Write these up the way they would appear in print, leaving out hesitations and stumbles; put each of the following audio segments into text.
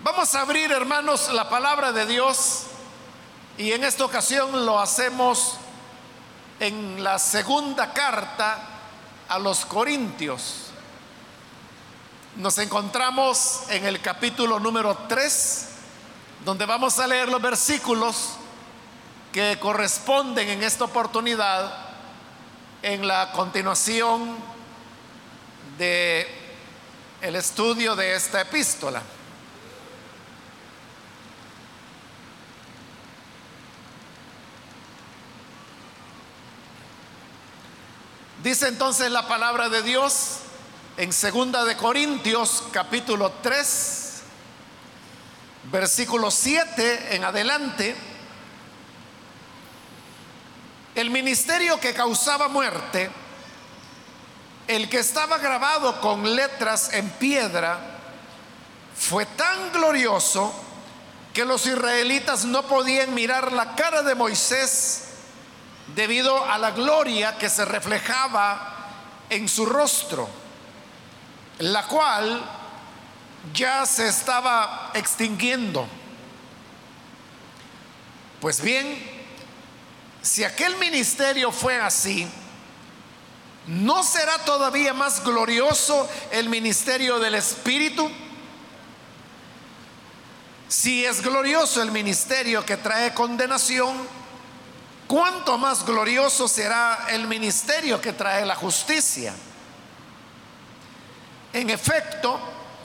Vamos a abrir, hermanos, la palabra de Dios, y en esta ocasión lo hacemos en la segunda carta a los Corintios. Nos encontramos en el capítulo número 3, donde vamos a leer los versículos que corresponden en esta oportunidad en la continuación de el estudio de esta epístola. Dice entonces la palabra de Dios en segunda de Corintios capítulo 3, versículo 7 en adelante: el ministerio que causaba muerte, el que estaba grabado con letras en piedra, fue tan glorioso que los israelitas no podían mirar la cara de Moisés debido a la gloria que se reflejaba en su rostro, la cual ya se estaba extinguiendo. Pues bien, si aquel ministerio fue así, ¿no será todavía más glorioso el ministerio del Espíritu? Si es glorioso el ministerio que trae condenación, ¿cuánto más glorioso será el ministerio que trae la justicia? En efecto,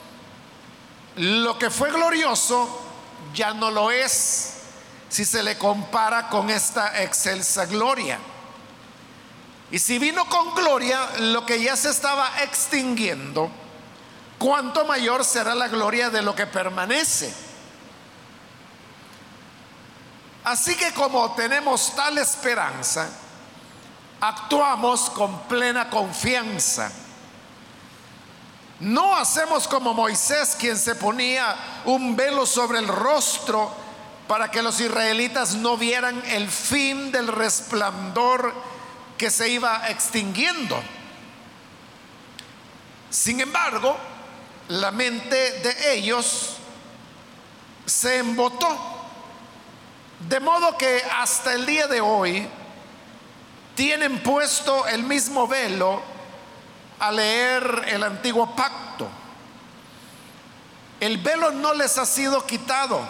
lo que fue glorioso ya no lo es si se le compara con esta excelsa gloria. Y si vino con gloria lo que ya se estaba extinguiendo, ¿cuánto mayor será la gloria de lo que permanece? Así que como tenemos tal esperanza, actuamos con plena confianza. No hacemos como Moisés, quien se ponía un velo sobre el rostro para que los israelitas no vieran el fin del resplandor que se iba extinguiendo. Sin embargo, la mente de ellos se embotó, de modo que hasta el día de hoy tienen puesto el mismo velo al leer el antiguo pacto. El velo no les ha sido quitado,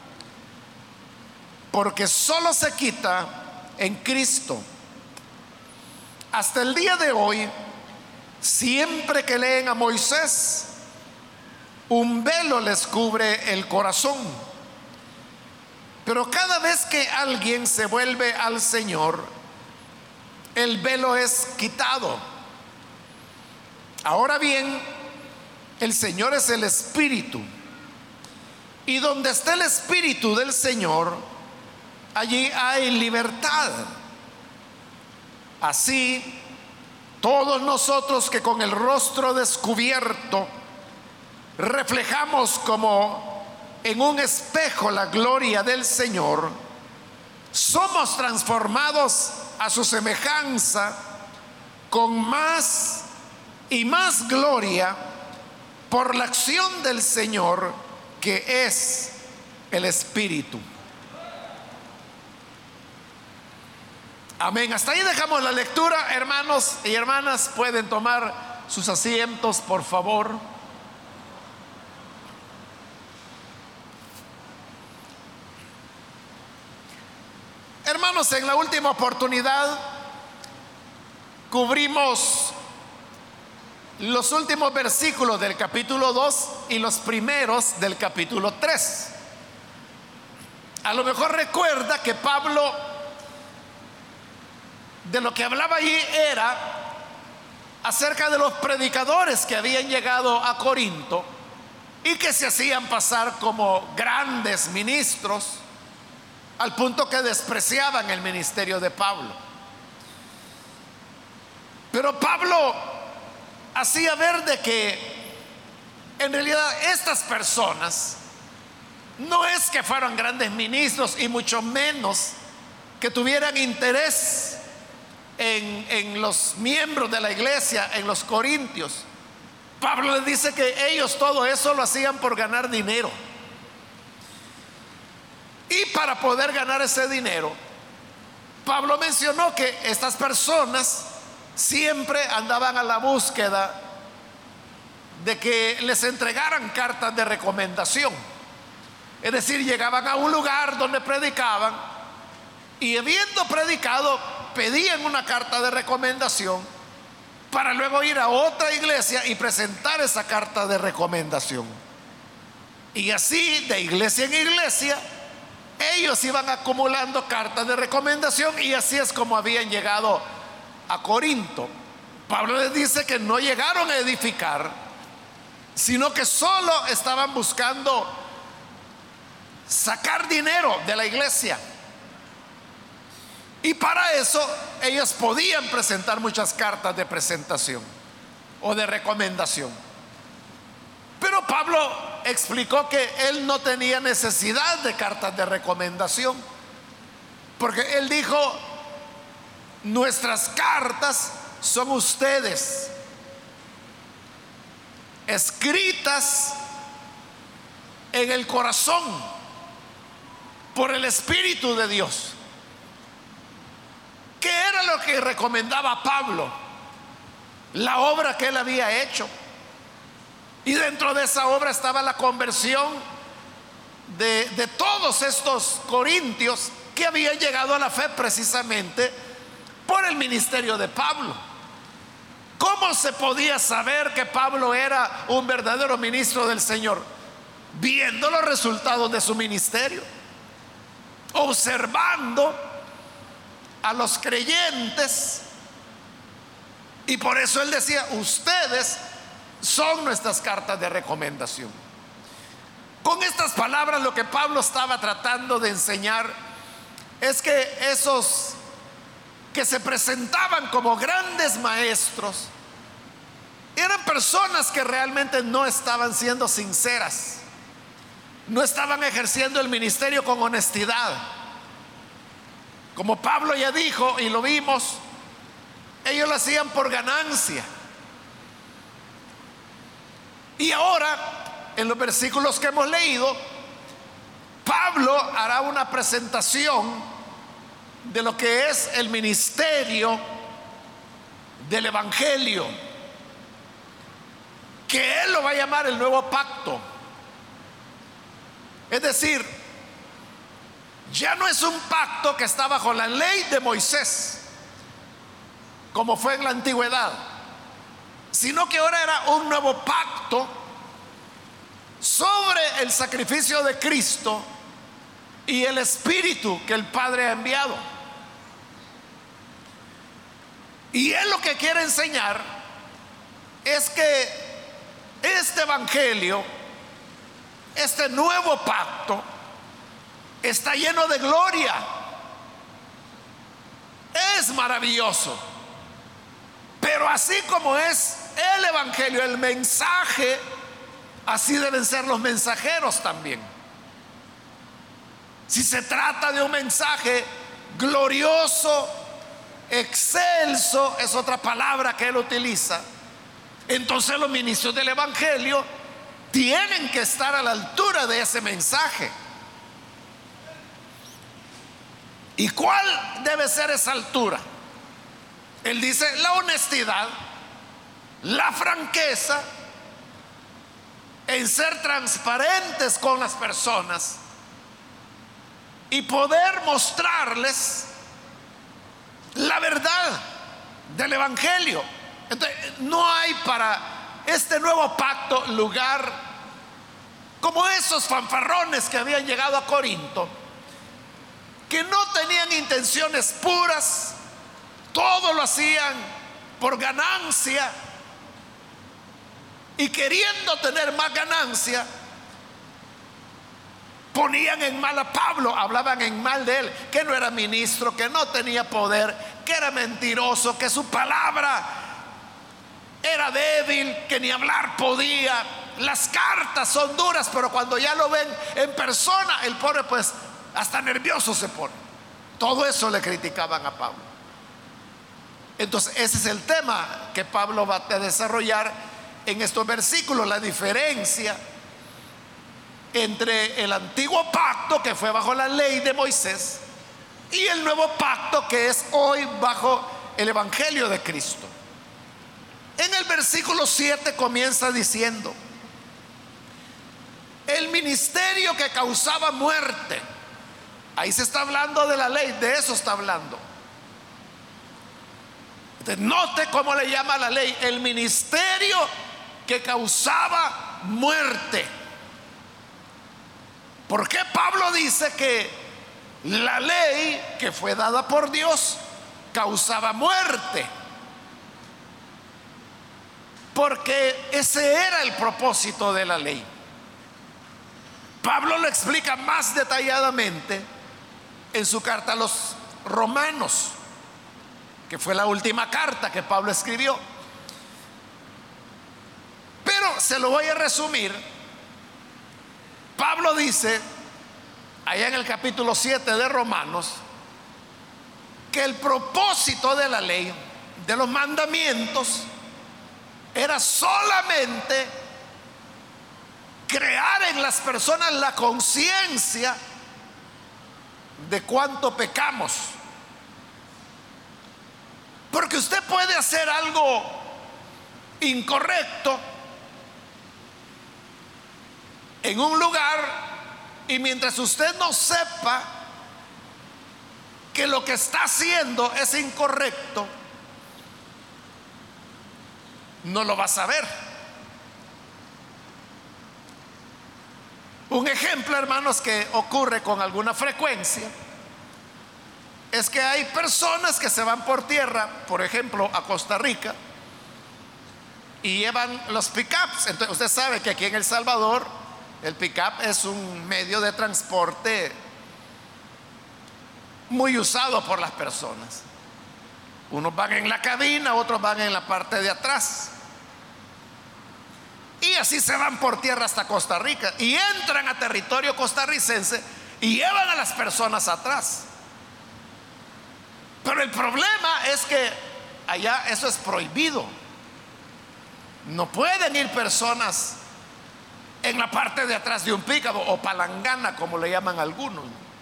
porque solo se quita en Cristo. Hasta el día de hoy, siempre que leen a Moisés, un velo les cubre el corazón. Pero cada vez que alguien se vuelve al Señor, el velo es quitado. Ahora bien, el Señor es el Espíritu, y donde está el Espíritu del Señor, allí hay libertad. Así, todos nosotros que con el rostro descubierto reflejamos como en un espejo la gloria del Señor, somos transformados a su semejanza con más y más gloria por la acción del Señor, que es el Espíritu. Amén. Hasta ahí dejamos la lectura. Hermanos y hermanas, pueden tomar sus asientos, por favor. Hermanos, en la última oportunidad cubrimos los últimos versículos del capítulo 2 y los primeros del capítulo 3. A lo mejor recuerda que Pablo de lo que hablaba allí era acerca de los predicadores que habían llegado a Corinto y que se hacían pasar como grandes ministros, al punto que despreciaban el ministerio de Pablo. Pero Pablo hacía ver de que en realidad estas personas no es que fueran grandes ministros, y mucho menos que tuvieran interés en los miembros de la iglesia, en los corintios. Pablo les dice que ellos todo eso lo hacían por ganar dinero. Y para poder ganar ese dinero, Pablo mencionó que estas personas siempre andaban a la búsqueda de que les entregaran cartas de recomendación. Es decir, llegaban a un lugar donde predicaban y habiendo predicado pedían una carta de recomendación para luego ir a otra iglesia y presentar esa carta de recomendación. Y así, de iglesia en iglesia, ellos iban acumulando cartas de recomendación y así es como habían llegado a Corinto. Pablo les dice que no llegaron a edificar, sino que solo estaban buscando sacar dinero de la iglesia. Y para eso ellos podían presentar muchas cartas de presentación o de recomendación. Pero Pablo explicó que él no tenía necesidad de cartas de recomendación, porque él dijo: nuestras cartas son ustedes, escritas en el corazón por el Espíritu de Dios. ¿Qué era lo que recomendaba Pablo? La obra que él había hecho. Y dentro de esa obra estaba la conversión de todos estos corintios que habían llegado a la fe precisamente por el ministerio de Pablo. ¿Cómo se podía saber que Pablo era un verdadero ministro del Señor? Viendo los resultados de su ministerio, observando a los creyentes. Y por eso él decía: ustedes son nuestras cartas de recomendación. Con estas palabras, lo que Pablo estaba tratando de enseñar es que esos que se presentaban como grandes maestros eran personas que realmente no estaban siendo sinceras, no estaban ejerciendo el ministerio con honestidad. Como Pablo ya dijo y lo vimos, ellos lo hacían por ganancia. Y ahora, en los versículos que hemos leído, Pablo hará una presentación de lo que es el ministerio del Evangelio, que él lo va a llamar el nuevo pacto. Es decir, ya no es un pacto que está bajo la ley de Moisés, como fue en la antigüedad, sino que ahora era un nuevo pacto sobre el sacrificio de Cristo y el Espíritu que el Padre ha enviado. Y él lo que quiere enseñar es que este evangelio, este nuevo pacto, está lleno de gloria. Es maravilloso. Pero así como es el evangelio, el mensaje, así deben ser los mensajeros también. Si se trata de un mensaje glorioso, excelso, es otra palabra que él utiliza, entonces los ministros del evangelio tienen que estar a la altura de ese mensaje. ¿Y cuál debe ser esa altura? Él dice: la honestidad, la franqueza, en ser transparentes con las personas y poder mostrarles la verdad del evangelio. Entonces, no hay para este nuevo pacto lugar como esos fanfarrones que habían llegado a Corinto, que no tenían intenciones puras, todo lo hacían por ganancia, y queriendo tener más ganancia ponían en mal a Pablo, hablaban en mal de él, que no era ministro, que no tenía poder, que era mentiroso, que su palabra era débil, que ni hablar podía. Las cartas son duras, pero cuando ya lo ven en persona, el pobre pues hasta nervioso se pone. Todo eso le criticaban a Pablo. Entonces ese es el tema que Pablo va a desarrollar en estos versículos, la diferencia entre el antiguo pacto, que fue bajo la ley de Moisés, y el nuevo pacto, que es hoy bajo el evangelio de Cristo. En el versículo 7 comienza diciendo: el ministerio que causaba muerte. Ahí se está hablando de la ley, de eso está hablando. Entonces, note cómo le llama la ley: el ministerio que causaba muerte. ¿Por qué Pablo dice que la ley que fue dada por Dios causaba muerte? Porque ese era el propósito de la ley. Pablo lo explica más detalladamente en su carta a los Romanos, que fue la última carta que Pablo escribió. Pero se lo voy a resumir. Pablo dice allá en el capítulo 7 de Romanos que el propósito de la ley, de los mandamientos, era solamente crear en las personas la conciencia de cuánto pecamos. Porque usted puede hacer algo incorrecto en un lugar, y mientras usted no sepa que lo que está haciendo es incorrecto, no lo va a saber. Un ejemplo, hermanos, que ocurre con alguna frecuencia es que hay personas que se van por tierra, por ejemplo, a Costa Rica, y llevan los pick-ups. Entonces, usted sabe que aquí en El Salvador el pick-up es un medio de transporte muy usado por las personas. Unos van en la cabina, otros van en la parte de atrás. Y así se van por tierra hasta Costa Rica y entran a territorio costarricense y llevan a las personas atrás. Pero el problema es que allá eso es prohibido. No pueden ir personas en la parte de atrás de un pickup, o palangana como le llaman algunos.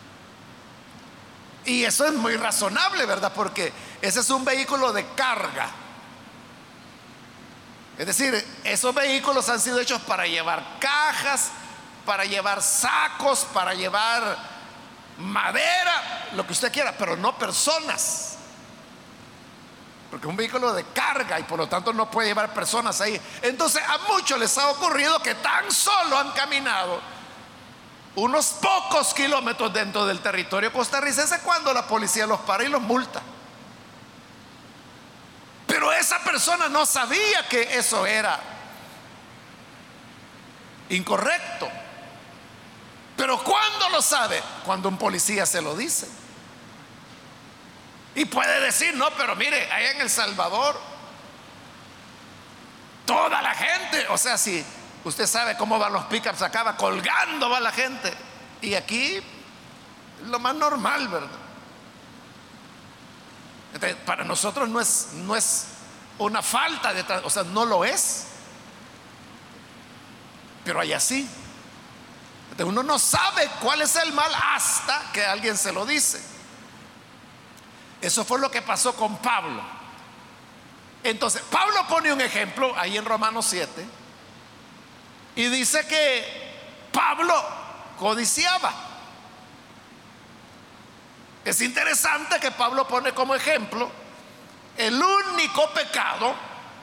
Y eso es muy razonable, ¿verdad? Porque ese es un vehículo de carga. Es decir, esos vehículos han sido hechos para llevar cajas, para llevar sacos, para llevar madera, lo que usted quiera, pero no personas. Porque es un vehículo de carga y por lo tanto no puede llevar personas ahí. Entonces a muchos les ha ocurrido que tan solo han caminado unos pocos kilómetros dentro del territorio costarricense cuando la policía los para y los multa. Pero esa persona no sabía que eso era incorrecto. Pero ¿cuándo lo sabe? Cuando un policía se lo dice. Y puede decir: no, pero mire, allá en El Salvador toda la gente, o sea, si usted sabe cómo van los pickups acá, va colgando, va la gente. Y aquí lo más normal, ¿verdad? Entonces, para nosotros no es una falta de, o sea, no lo es. Pero allá sí. Entonces, uno no sabe cuál es el mal hasta que alguien se lo dice. Eso fue lo que pasó con Pablo. Entonces, Pablo pone un ejemplo ahí en Romanos 7 y dice que Pablo codiciaba. Es interesante que Pablo pone como ejemplo el único pecado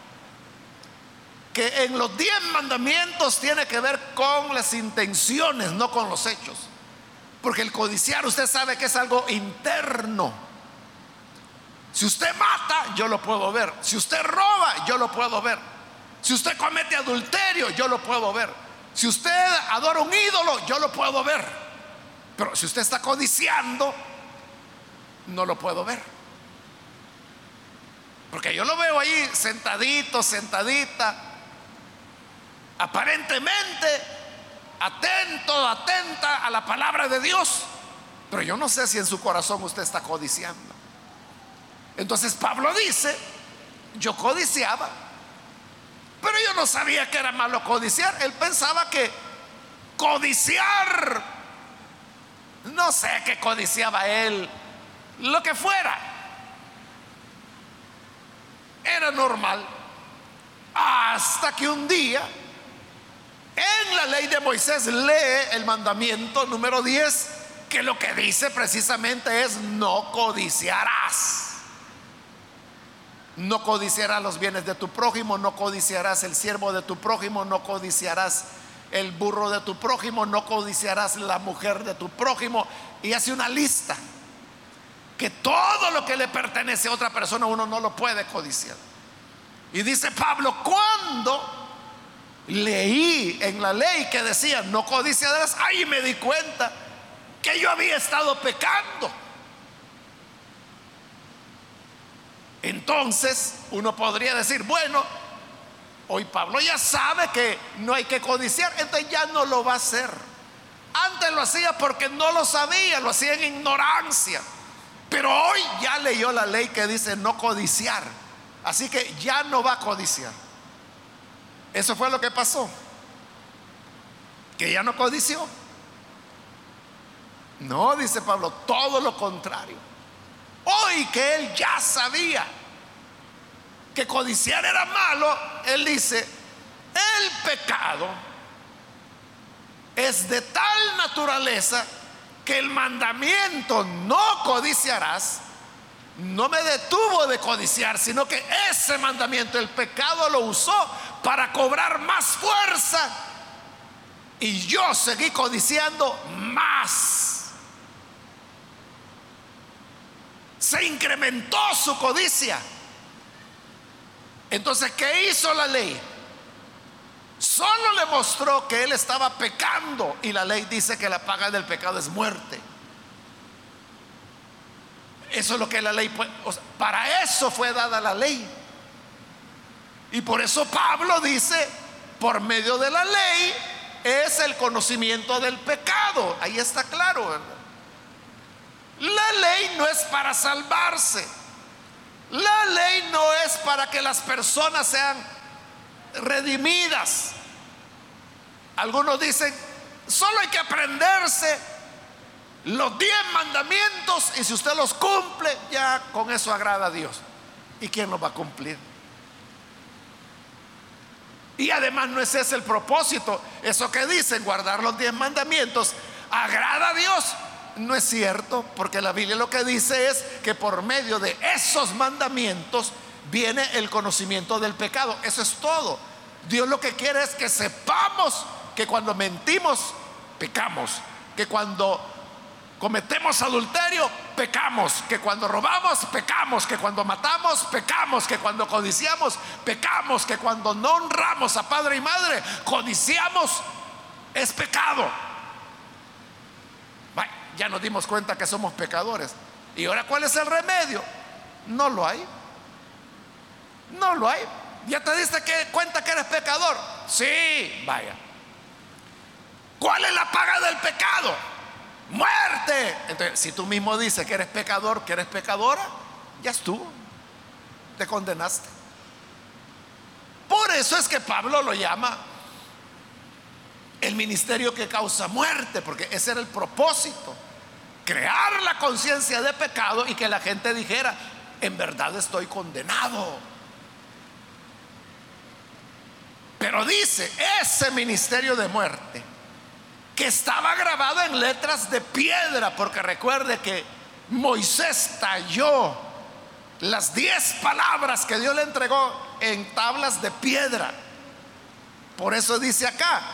que en los 10 mandamientos tiene que ver con las intenciones, no con los hechos. Porque el codiciar, usted sabe que es algo interno. Si usted mata, yo lo puedo ver. Si usted roba, yo lo puedo ver. Si usted comete adulterio, yo lo puedo ver. Si usted adora un ídolo, yo lo puedo ver. Pero si usted está codiciando, no lo puedo ver. Porque yo lo veo ahí sentadito, sentadita, aparentemente atento, atenta a la palabra de Dios, pero yo no sé si en su corazón usted está codiciando. Entonces Pablo dice: yo codiciaba, pero yo no sabía que era malo codiciar. Él pensaba que codiciar, no sé qué codiciaba él, lo que fuera, era normal. Hasta que un día en la ley de Moisés lee el mandamiento número 10, que lo que dice precisamente es: no codiciarás. No codiciarás los bienes de tu prójimo, no codiciarás el siervo de tu prójimo, no codiciarás el burro de tu prójimo, no codiciarás la mujer de tu prójimo. Y hace una lista que todo lo que le pertenece a otra persona uno no lo puede codiciar. Y dice Pablo: cuando leí en la ley que decía no codiciarás, ahí me di cuenta que yo había estado pecando. Entonces uno podría decir: bueno, hoy Pablo ya sabe que no hay que codiciar, entonces ya no lo va a hacer. Antes lo hacía porque no lo sabía, lo hacía en ignorancia, pero hoy ya leyó la ley que dice no codiciar, así que ya no va a codiciar. Eso fue lo que pasó, que ya no codició. No, dice Pablo, todo lo contrario. Hoy que él ya sabía que codiciar era malo, él dice: el pecado es de tal naturaleza que el mandamiento no codiciarás no me detuvo de codiciar, sino que ese mandamiento, el pecado, lo usó para cobrar más fuerza, y yo seguí codiciando más. Se incrementó su codicia. Entonces, ¿qué hizo la ley? Solo le mostró que él estaba pecando, y la ley dice que la paga del pecado es muerte. Eso es lo que la ley, para eso fue dada la ley. Y por eso Pablo dice: por medio de la ley es el conocimiento del pecado. Ahí está claro, ¿verdad? La ley no es para salvarse. La ley no es para que las personas sean redimidas. Algunos dicen: solo hay que aprenderse los 10 mandamientos, y si usted los cumple, ya con eso agrada a Dios. ¿Y quién los va a cumplir? Y además no es ese el propósito. Eso que dicen, guardar los 10 mandamientos, agrada a Dios. No es cierto, porque la Biblia lo que dice es que por medio de esos mandamientos viene el conocimiento del pecado. Eso es todo. Dios lo que quiere es que sepamos que cuando mentimos, pecamos, que cuando cometemos adulterio, pecamos, que cuando robamos, pecamos, que cuando matamos, pecamos, que cuando codiciamos, pecamos, que cuando no honramos a padre y madre, codiciamos, es pecado. Ya nos dimos cuenta que somos pecadores. ¿Y ahora cuál es el remedio? No lo hay. No lo hay. ¿Ya te diste cuenta que eres pecador? Sí, vaya. ¿Cuál es la paga del pecado? Muerte. Entonces, si tú mismo dices que eres pecador, que eres pecadora, ya estuvo, te condenaste. Por eso es que Pablo lo llama el ministerio que causa muerte, porque ese era el propósito: crear la conciencia de pecado y que la gente dijera: en verdad estoy condenado. Pero dice, ese ministerio de muerte, que estaba grabado en letras de piedra, porque recuerde que Moisés talló las 10 palabras que Dios le entregó en tablas de piedra. Por eso dice acá: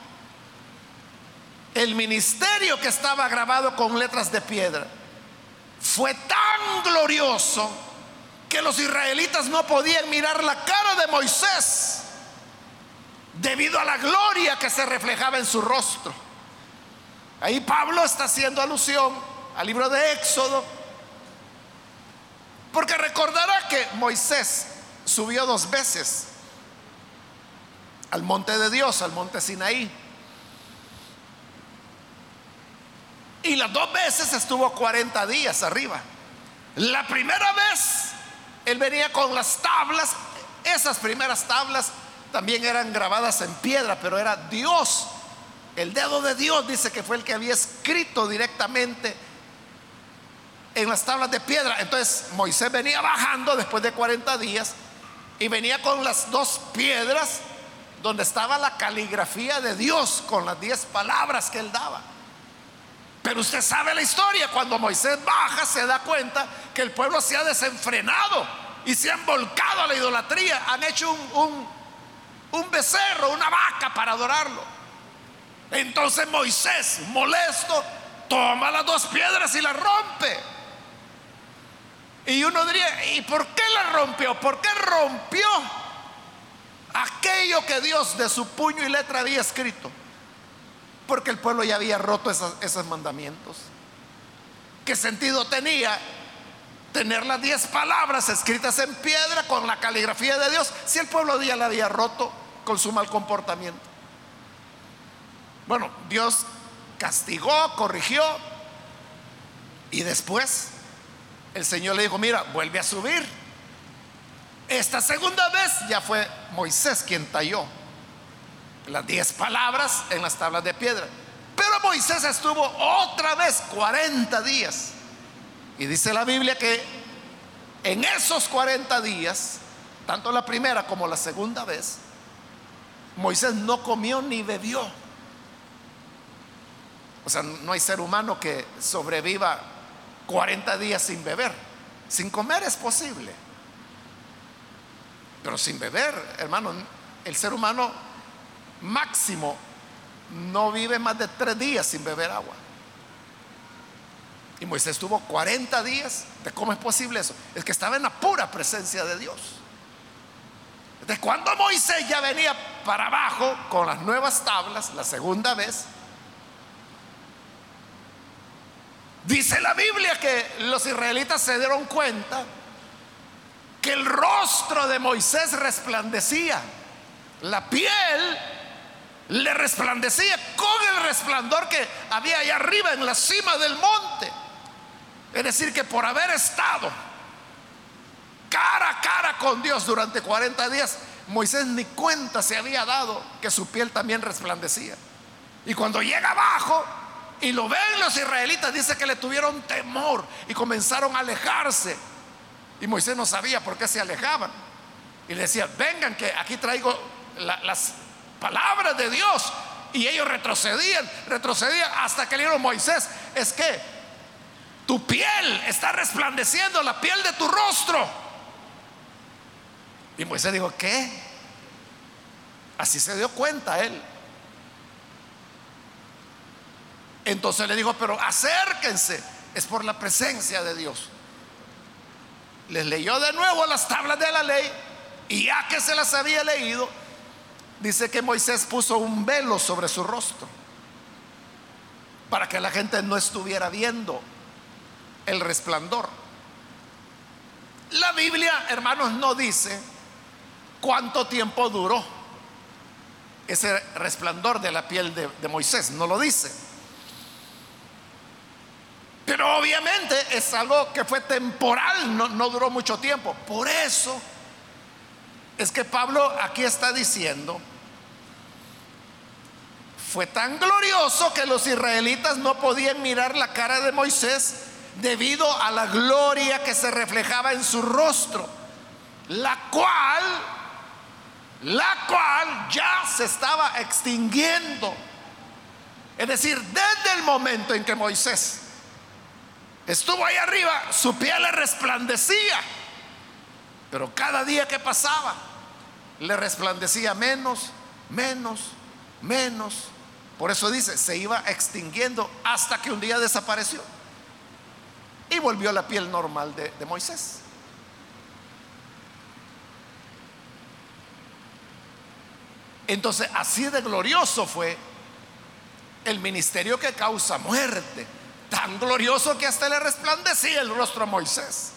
el ministerio que estaba grabado con letras de piedra fue tan glorioso que los israelitas no podían mirar la cara de Moisés debido a la gloria que se reflejaba en su rostro. Ahí Pablo está haciendo alusión al libro de Éxodo, porque recordará que Moisés subió 2 veces al monte de Dios, al monte Sinaí, y las 2 veces estuvo 40 días arriba. La primera vez él venía con las tablas. Esas primeras tablas también eran grabadas en piedra, pero era Dios El dedo de Dios dice que fue el que había escrito directamente en las tablas de piedra. Entonces Moisés venía bajando después de 40 días y venía con las dos piedras donde estaba la caligrafía de Dios con las 10 palabras que él daba. Pero usted sabe la historia: cuando Moisés baja se da cuenta que el pueblo se ha desenfrenado y se han volcado a la idolatría. Han hecho un becerro, una vaca para adorarlo. Entonces Moisés, molesto, toma las dos piedras y las rompe. Y uno diría: ¿y por qué las rompió? ¿Por qué rompió aquello que Dios de su puño y letra había escrito? Porque el pueblo ya había roto esos mandamientos. ¿Qué sentido tenía tener las 10 palabras escritas en piedra con la caligrafía de Dios si el pueblo ya la había roto con su mal comportamiento? Bueno, Dios castigó, corrigió, y después el Señor le dijo: mira, vuelve a subir. Esta segunda vez ya fue Moisés quien talló las 10 palabras en las tablas de piedra. Pero Moisés estuvo otra vez 40 días. Y dice la Biblia que en esos 40 días, tanto la primera como la segunda vez, Moisés no comió ni bebió. O sea, no hay ser humano que sobreviva 40 días sin beber. Sin comer es posible, pero sin beber, hermano, el ser humano máximo no vive más de 3 días sin beber agua. Y Moisés estuvo 40 días. ¿De cómo es posible eso? Es que estaba en la pura presencia de Dios. De cuando Moisés ya venía para abajo con las nuevas tablas, la segunda vez, dice la Biblia que los israelitas se dieron cuenta que el rostro de Moisés resplandecía. La piel le resplandecía con el resplandor que había allá arriba en la cima del monte. Es decir, que por haber estado cara a cara con Dios durante 40 días, Moisés ni cuenta se había dado que su piel también resplandecía. Y cuando llega abajo y lo ven los israelitas, dice que le tuvieron temor y comenzaron a alejarse. Y Moisés no sabía por qué se alejaban. Y le decía: vengan, que aquí traigo las palabras de Dios. Y ellos retrocedían hasta que le dijeron: Moisés, es que tu piel está resplandeciendo, la piel de tu rostro. Y Moisés dijo: ¿qué? Así se dio cuenta él. Entonces le dijo: pero acérquense, es por la presencia de Dios. Les leyó de nuevo las tablas de la ley, y ya que se las había leído, dice que Moisés puso un velo sobre su rostro para que la gente no estuviera viendo el resplandor. La Biblia, hermanos, no dice cuánto tiempo duró ese resplandor de la piel de Moisés, no lo dice. Pero obviamente es algo que fue temporal, no duró mucho tiempo. Por eso es que Pablo aquí está diciendo: fue tan glorioso que los israelitas no podían mirar la cara de Moisés debido a la gloria que se reflejaba en su rostro, la cual ya se estaba extinguiendo. Es decir, desde el momento en que Moisés estuvo ahí arriba, su piel le resplandecía, pero cada día que pasaba le resplandecía menos. Por eso dice, se iba extinguiendo hasta que un día desapareció y volvió la piel normal de Moisés. Entonces, así de glorioso fue el ministerio que causa muerte, tan glorioso que hasta le resplandecía el rostro a Moisés.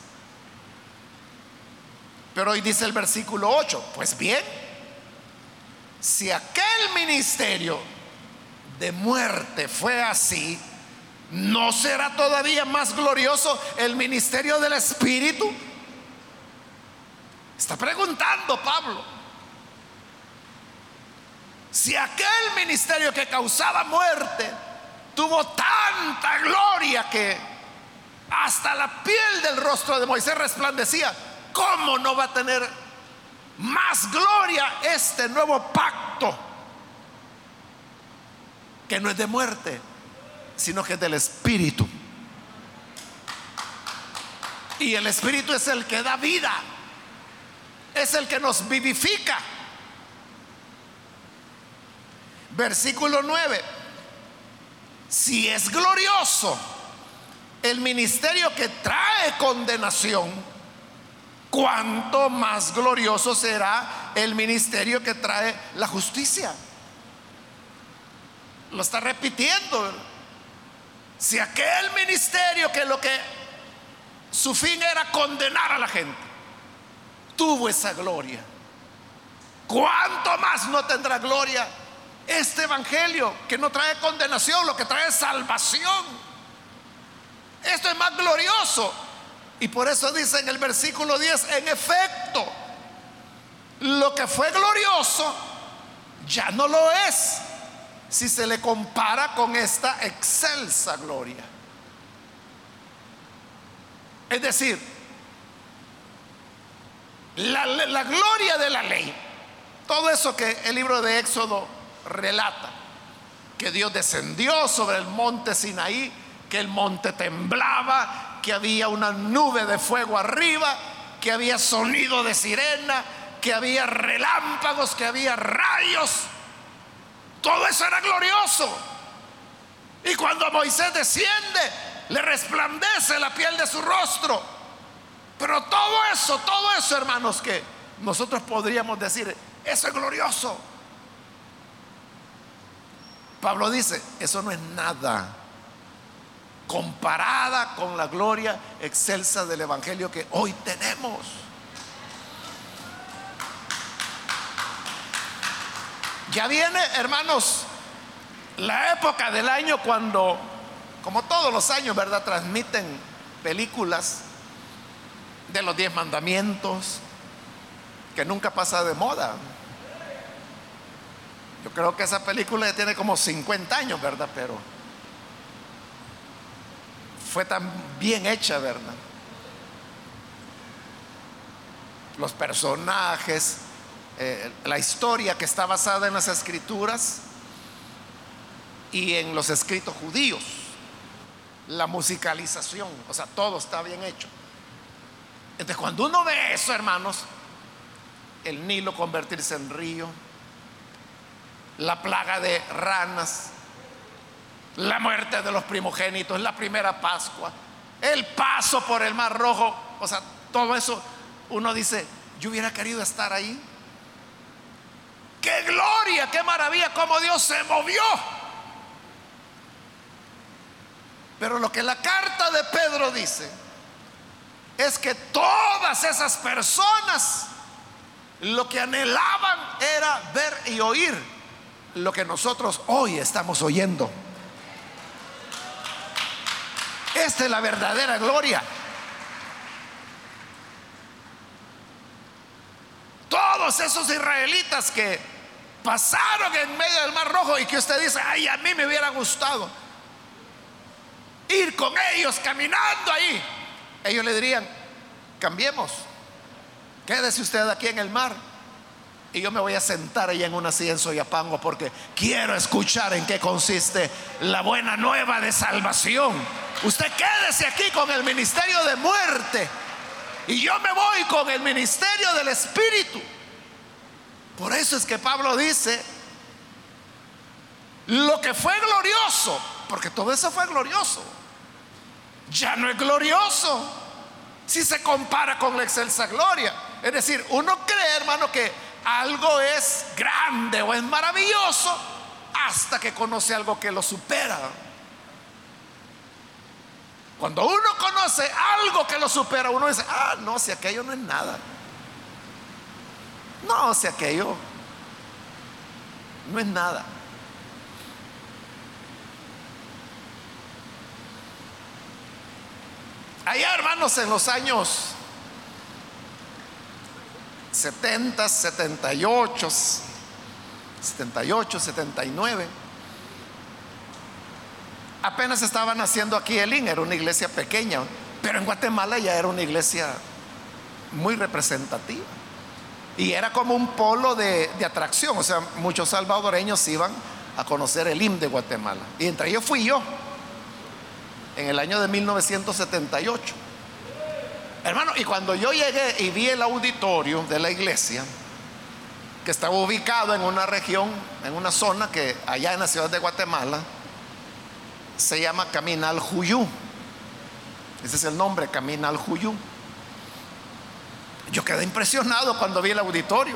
Pero hoy dice el versículo 8: pues bien, si aquel ministerio de muerte fue así, ¿no será todavía más glorioso el ministerio del Espíritu? Está preguntando Pablo. Si aquel ministerio que causaba muerte tuvo tanta gloria que hasta la piel del rostro de Moisés resplandecía, ¿cómo no va a tener más gloria este nuevo pacto, que no es de muerte, sino que es del Espíritu? Y el Espíritu es el que da vida, es el que nos vivifica. Versículo 9: si es glorioso el ministerio que trae condenación, cuánto más glorioso será el ministerio que trae la justicia. Lo está repitiendo, ¿verdad? Si aquel ministerio que lo que su fin era condenar a la gente tuvo esa gloria, cuánto más no tendrá gloria este evangelio que no trae condenación, lo que trae es salvación. Esto es más glorioso. Y por eso dice en el versículo 10: en efecto, lo que fue glorioso ya no lo es si se le compara con esta excelsa gloria. Es decir, la gloria de la ley, todo eso que el libro de Éxodo relata, que Dios descendió sobre el monte Sinaí, que el monte temblaba, que había una nube de fuego arriba, que había sonido de sirena, que había relámpagos, que había rayos. Todo eso era glorioso. Y cuando Moisés desciende, le resplandece la piel de su rostro. Pero todo eso, hermanos, que nosotros podríamos decir, eso es glorioso, Pablo dice, eso no es nada comparada con la gloria excelsa del evangelio que hoy tenemos. Ya viene, hermanos, la época del año cuando, como todos los años, ¿verdad?, transmiten películas de los 10 mandamientos, que nunca pasa de moda. Yo creo que esa película ya tiene como 50 años, ¿verdad? Pero fue tan bien hecha, ¿verdad? Los personajes, la historia que está basada en las escrituras y en los escritos judíos, la musicalización, o sea, todo está bien hecho. Entonces, cuando uno ve eso, hermanos, el Nilo convertirse en río, la plaga de ranas, la muerte de los primogénitos, la primera Pascua, el paso por el Mar Rojo, o sea, todo eso, uno dice, yo hubiera querido estar ahí. ¡Qué gloria, qué maravilla, cómo Dios se movió! Pero lo que la carta de Pedro dice es que todas esas personas lo que anhelaban era ver y oír lo que nosotros hoy estamos oyendo. Esta es la verdadera gloria. Todos esos israelitas que pasaron en medio del Mar Rojo y que usted dice, ay, a mí me hubiera gustado ir con ellos caminando ahí, ellos le dirían, cambiemos, quédese usted aquí en el mar y yo me voy a sentar allá en una silla en Soyapango porque quiero escuchar en qué consiste la buena nueva de salvación. Usted quédese aquí con el ministerio de muerte y yo me voy con el ministerio del Espíritu. Por eso es que Pablo dice, lo que fue glorioso, porque todo eso fue glorioso, ya no es glorioso si se compara con la excelsa gloria. Es decir, uno cree, hermano, que algo es grande o es maravilloso hasta que conoce algo que lo supera. Cuando uno conoce algo que lo supera, uno dice, ah, no, si aquello no es nada. No, si aquello no es nada. Allá, hermanos, en los años 70, 78, 78, 79. Apenas estaban haciendo aquí el IN, era una iglesia pequeña, pero en Guatemala ya era una iglesia muy representativa y era como un polo de atracción. O sea, muchos salvadoreños iban a conocer el IN de Guatemala, y entre ellos fui yo en el año de 1978. Hermano, y cuando yo llegué y vi el auditorio de la iglesia, que estaba ubicado en una región, en una zona que allá en la ciudad de Guatemala se llama Caminal Juyú. Ese es el nombre, Caminal Juyú. Yo quedé impresionado cuando vi el auditorio.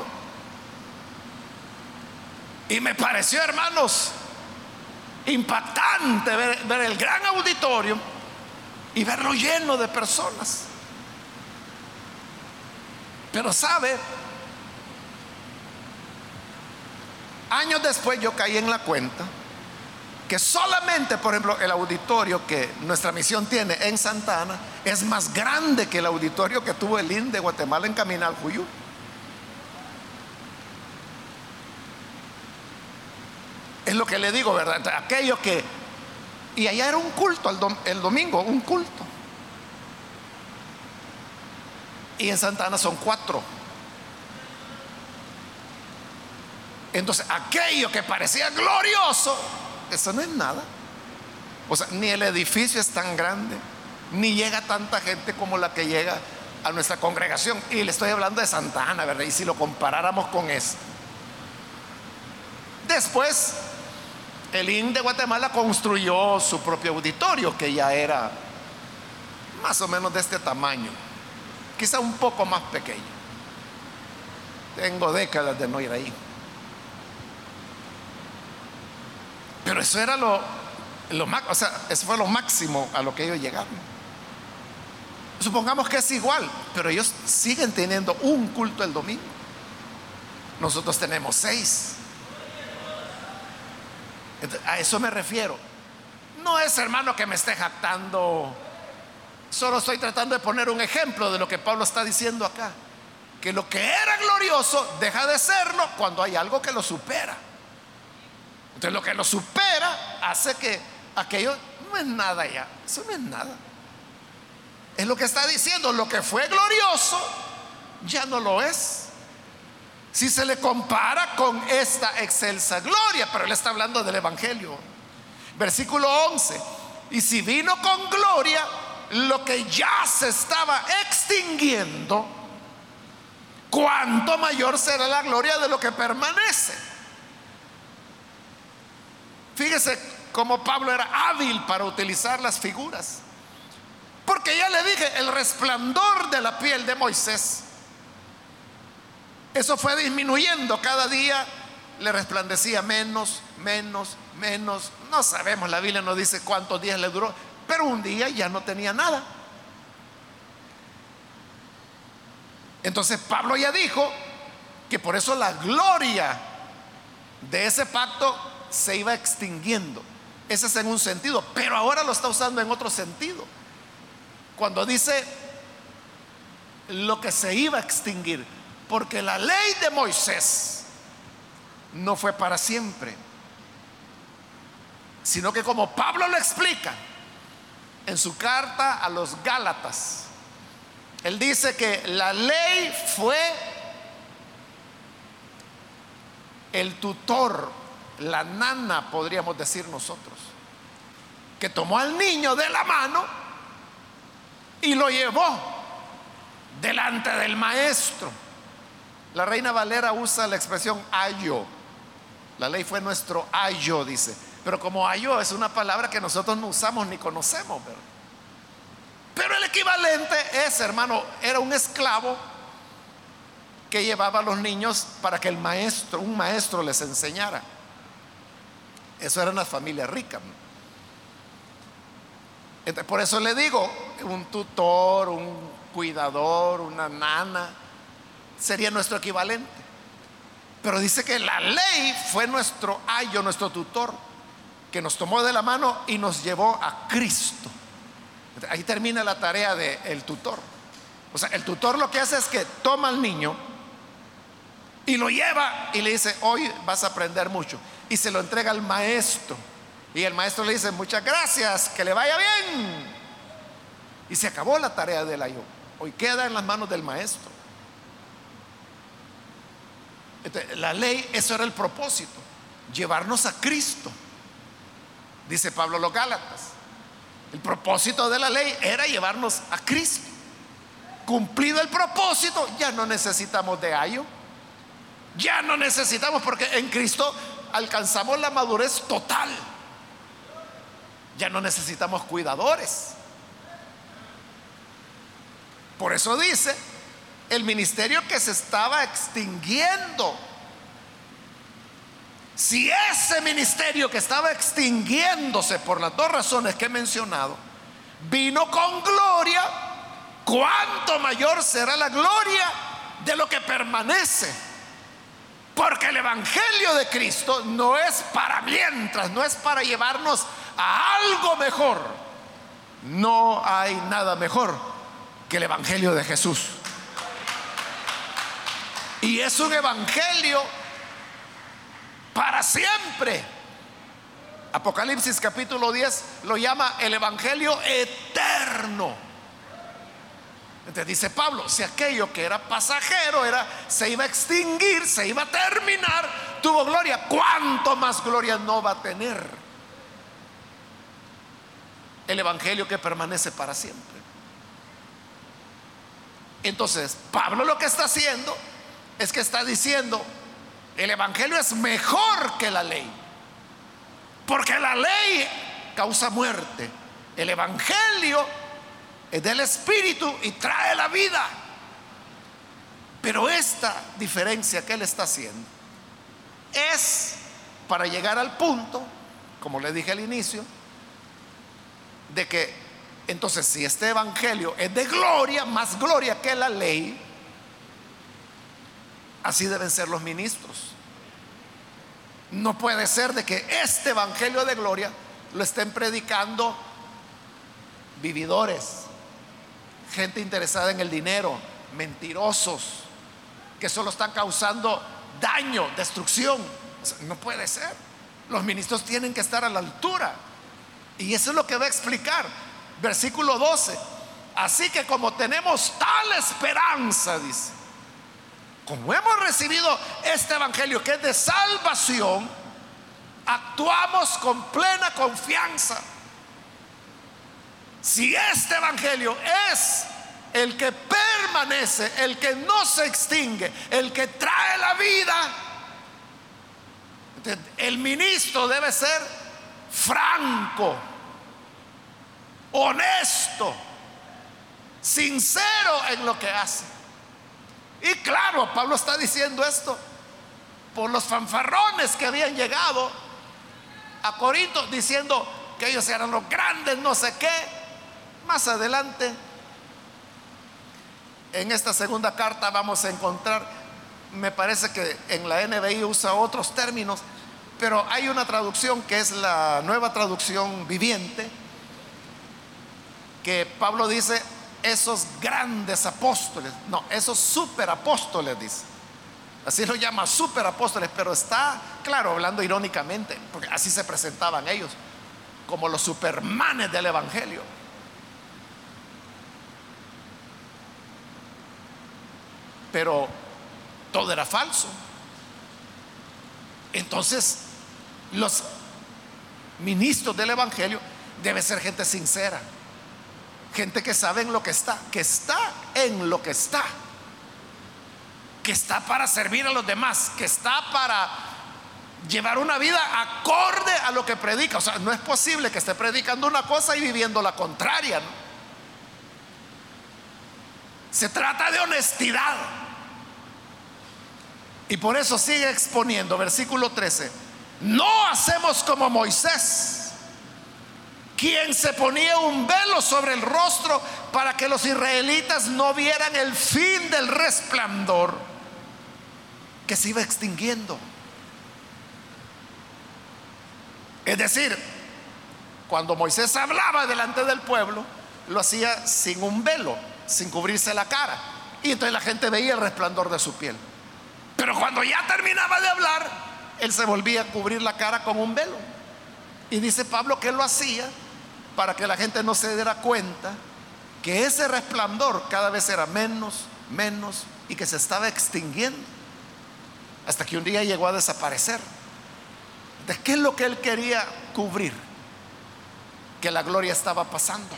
Y me pareció, hermanos, impactante ver el gran auditorio y verlo lleno de personas. Pero sabe, años después yo caí en la cuenta que solamente, por ejemplo, el auditorio que nuestra misión tiene en Santa Ana es más grande que el auditorio que tuvo el IN de Guatemala en Caminal Juyú. Es lo que le digo, ¿verdad? Aquello que... Y allá era un culto el domingo, un culto. Y en Santa Ana son 4. Entonces, aquello que parecía glorioso, eso no es nada. O sea, ni el edificio es tan grande, ni llega tanta gente como la que llega a nuestra congregación. Y le estoy hablando de Santa Ana, ¿verdad? Y si lo comparáramos con eso. Después, el IN de Guatemala construyó su propio auditorio, que ya era más o menos de este tamaño, quizá un poco más pequeño. Tengo décadas de no ir ahí. Pero eso era o sea, eso fue lo máximo a lo que ellos llegaron. Supongamos que es igual, pero ellos siguen teniendo un culto el domingo. Nosotros tenemos 6. Entonces, a eso me refiero. No es, hermano, que me esté jactando. Solo estoy tratando de poner un ejemplo de lo que Pablo está diciendo acá. Que lo que era glorioso deja de serlo cuando hay algo que lo supera. Entonces lo que lo supera hace que aquello no es nada ya. Eso no es nada. Es lo que está diciendo. Lo que fue glorioso ya no lo es, si se le compara con esta excelsa gloria. Pero él está hablando del evangelio. Versículo 11. Y si vino con gloria lo que ya se estaba extinguiendo, cuánto mayor será la gloria de lo que permanece. Fíjese cómo Pablo era hábil para utilizar las figuras, porque ya le dije, el resplandor de la piel de Moisés, eso fue disminuyendo. Cada día le resplandecía menos. No sabemos, la Biblia no dice cuántos días le duró, pero un día ya no tenía nada. Entonces Pablo ya dijo que por eso la gloria de ese pacto se iba extinguiendo. Ese es en un sentido, pero ahora lo está usando en otro sentido, cuando dice lo que se iba a extinguir, porque la ley de Moisés no fue para siempre, sino que, como Pablo lo explica en su carta a los Gálatas, él dice que la ley fue el tutor, la nana, podríamos decir nosotros, que tomó al niño de la mano y lo llevó delante del maestro. La Reina Valera usa la expresión ayo. La ley fue nuestro ayo, dice. Pero como ayo es una palabra que nosotros no usamos ni conocemos, ¿verdad? Pero el equivalente es, hermano, era un esclavo que llevaba a los niños para que un maestro les enseñara. Eso eran las familias ricas. Entonces, por eso le digo, un tutor, un cuidador, una nana, sería nuestro equivalente. Pero dice que la ley fue nuestro ayo, nuestro tutor, que nos tomó de la mano y nos llevó a Cristo. Entonces, ahí termina la tarea del tutor. O sea, el tutor lo que hace es que toma al niño Y lo lleva y le dice: hoy vas a aprender mucho. Y se lo entrega al maestro. Y el maestro le dice: muchas gracias, que le vaya bien. Y se acabó la tarea del ayuno. Hoy queda en las manos del maestro. Entonces, la ley, eso era el propósito: llevarnos a Cristo. Dice Pablo a los Gálatas: el propósito de la ley era llevarnos a Cristo. Cumplido el propósito, ya no necesitamos de ayo. Ya no necesitamos, porque en Cristo alcanzamos la madurez total. Ya no necesitamos cuidadores. Por eso dice: el ministerio que se estaba extinguiendo. Si ese ministerio que estaba extinguiéndose por las dos razones que he mencionado vino con gloria, ¿cuánto mayor será la gloria de lo que permanece? Porque el evangelio de Cristo no es para mientras, no es para llevarnos a algo mejor. No hay nada mejor que el evangelio de Jesús. Y es un evangelio para siempre. Apocalipsis capítulo 10 lo llama el evangelio eterno. Entonces dice Pablo: si aquello que era pasajero se iba a extinguir, se iba a terminar, tuvo gloria, ¿cuánto más gloria no va a tener el evangelio que permanece para siempre? Entonces Pablo lo que está haciendo es que está diciendo: el evangelio es mejor que la ley, porque la ley causa muerte. El evangelio es del Espíritu y trae la vida. Pero esta diferencia que él está haciendo es para llegar al punto, como le dije al inicio, de que entonces, si este evangelio es de gloria, más gloria que la ley, así deben ser los ministros. No puede ser de que este evangelio de gloria lo estén predicando vividores, gente interesada en el dinero, mentirosos, que solo están causando daño, destrucción. No puede ser. Los ministros tienen que estar a la altura. Y eso es lo que va a explicar versículo 12. Así que como tenemos tal esperanza, dice, como hemos recibido este evangelio que es de salvación, actuamos con plena confianza. Si este evangelio es el que permanece, el que no se extingue, el que trae la vida, el ministro debe ser franco, honesto, sincero en lo que hace. Y claro, Pablo está diciendo esto por los fanfarrones que habían llegado a Corinto diciendo que ellos eran los grandes, no sé qué. Más adelante, en esta segunda carta, vamos a encontrar, me parece que en la NBI usa otros términos, pero hay una traducción que es la Nueva Traducción Viviente, que Pablo dice: esos grandes apóstoles, no, esos superapóstoles, dice. Así lo llama, superapóstoles, pero está, claro, hablando irónicamente, porque así se presentaban ellos, como los supermanes del evangelio. Pero todo era falso. Entonces, los ministros del evangelio deben ser gente sincera, gente que sabe en lo que está en lo que está para servir a los demás, que está para llevar una vida acorde a lo que predica. O sea, no es posible que esté predicando una cosa y viviendo la contraria, ¿no? Se trata de honestidad. Y por eso sigue exponiendo, versículo 13: no hacemos como Moisés, quien se ponía un velo sobre el rostro para que los israelitas no vieran el fin del resplandor que se iba extinguiendo. Es decir, cuando Moisés hablaba delante del pueblo, lo hacía sin un velo, sin cubrirse la cara, y entonces la gente veía el resplandor de su piel. Pero cuando ya terminaba de hablar, él se volvía a cubrir la cara con un velo. Y dice Pablo que él lo hacía para que la gente no se diera cuenta que ese resplandor cada vez era menos, menos, y que se estaba extinguiendo, hasta que un día llegó a desaparecer. ¿De qué es lo que él quería cubrir? Que la gloria estaba pasando.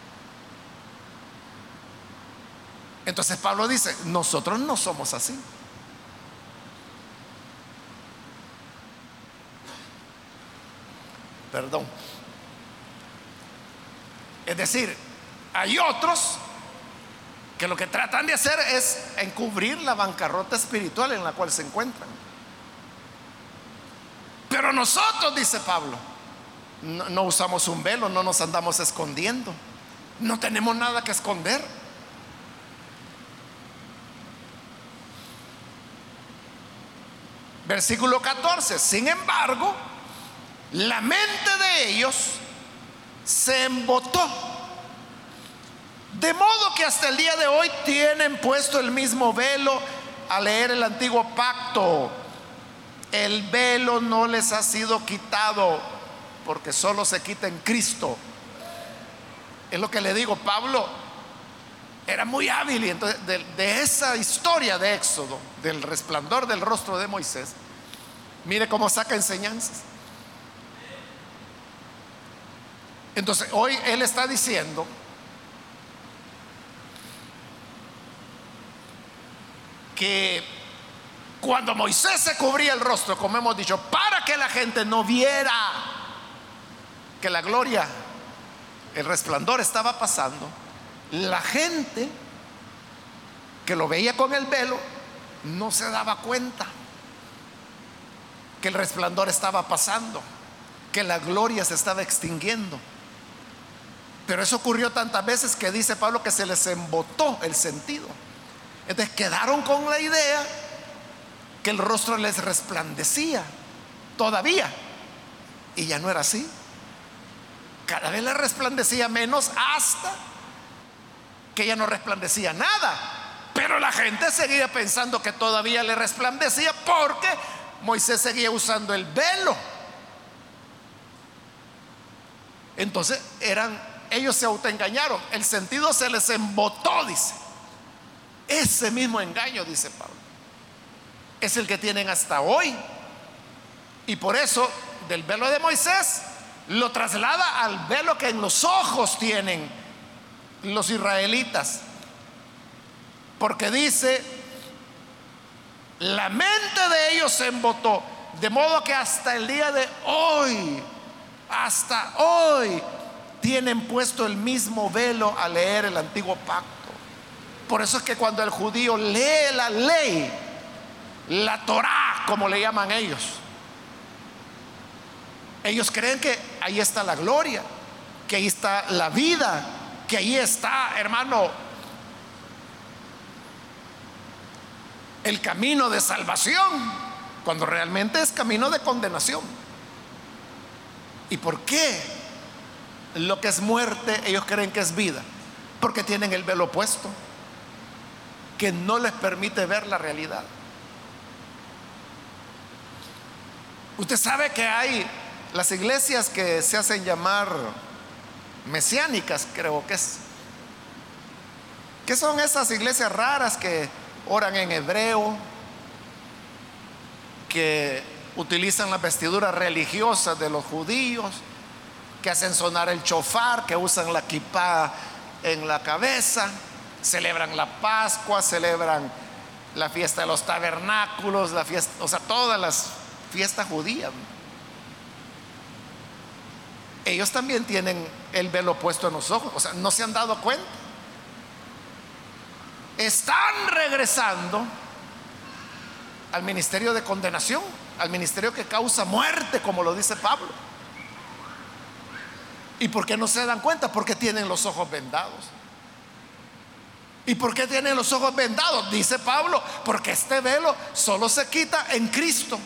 Entonces Pablo dice, nosotros no somos así. Perdón. Es decir, hay otros que lo que tratan de hacer es encubrir la bancarrota espiritual en la cual se encuentran. Pero nosotros, dice Pablo, no usamos un velo, no nos andamos escondiendo, no tenemos nada que esconder. Versículo 14, sin embargo, la mente de ellos se embotó, de modo que hasta el día de hoy tienen puesto el mismo velo al leer el antiguo pacto. El velo no les ha sido quitado, porque solo se quita en Cristo. Es lo que le digo, Pablo era muy hábil, y entonces de esa historia de Éxodo, del resplandor del rostro de Moisés, mire cómo saca enseñanzas. Entonces hoy él está diciendo que cuando Moisés se cubría el rostro, como hemos dicho, para que la gente no viera que la gloria, el resplandor estaba pasando, la gente que lo veía con el velo no se daba cuenta que el resplandor estaba pasando, que la gloria se estaba extinguiendo. Pero eso ocurrió tantas veces que dice Pablo que se les embotó el sentido. Entonces quedaron con la idea que el rostro les resplandecía todavía, y ya no era así. Cada vez les resplandecía menos, hasta que ya no resplandecía nada. Pero la gente seguía pensando que todavía le resplandecía, porque Moisés seguía usando el velo. Entonces ellos se autoengañaron, el sentido se les embotó, dice. Ese mismo engaño, dice Pablo, es el que tienen hasta hoy. Y por eso del velo de Moisés lo traslada al velo que en los ojos tienen los israelitas, porque dice, la mente de ellos se embotó, de modo que hasta el día de hoy, hasta hoy, tienen puesto el mismo velo al leer el antiguo pacto. Por eso es que cuando el judío lee la ley, la Torá, como le llaman ellos creen que ahí está la gloria, que ahí está la vida, que ahí está, hermano, el camino de salvación, cuando realmente es camino de condenación. ¿Y por qué lo que es muerte ellos creen que es vida? Porque tienen el velo puesto, que no les permite ver la realidad. Usted sabe que hay las iglesias que se hacen llamar mesiánicas, creo que es. ¿Qué son esas iglesias raras que oran en hebreo, que utilizan las vestiduras religiosas de los judíos, que hacen sonar el shofar, que usan la kipá en la cabeza, celebran la Pascua, celebran la fiesta de los tabernáculos, la fiesta, o sea, todas las fiestas judías? Ellos también tienen el velo puesto en los ojos, o sea, no se han dado cuenta. Están regresando al ministerio de condenación, al ministerio que causa muerte, como lo dice Pablo. ¿Y por qué no se dan cuenta? Porque tienen los ojos vendados. ¿Y por qué tienen los ojos vendados? Dice Pablo, porque este velo solo se quita en Cristo.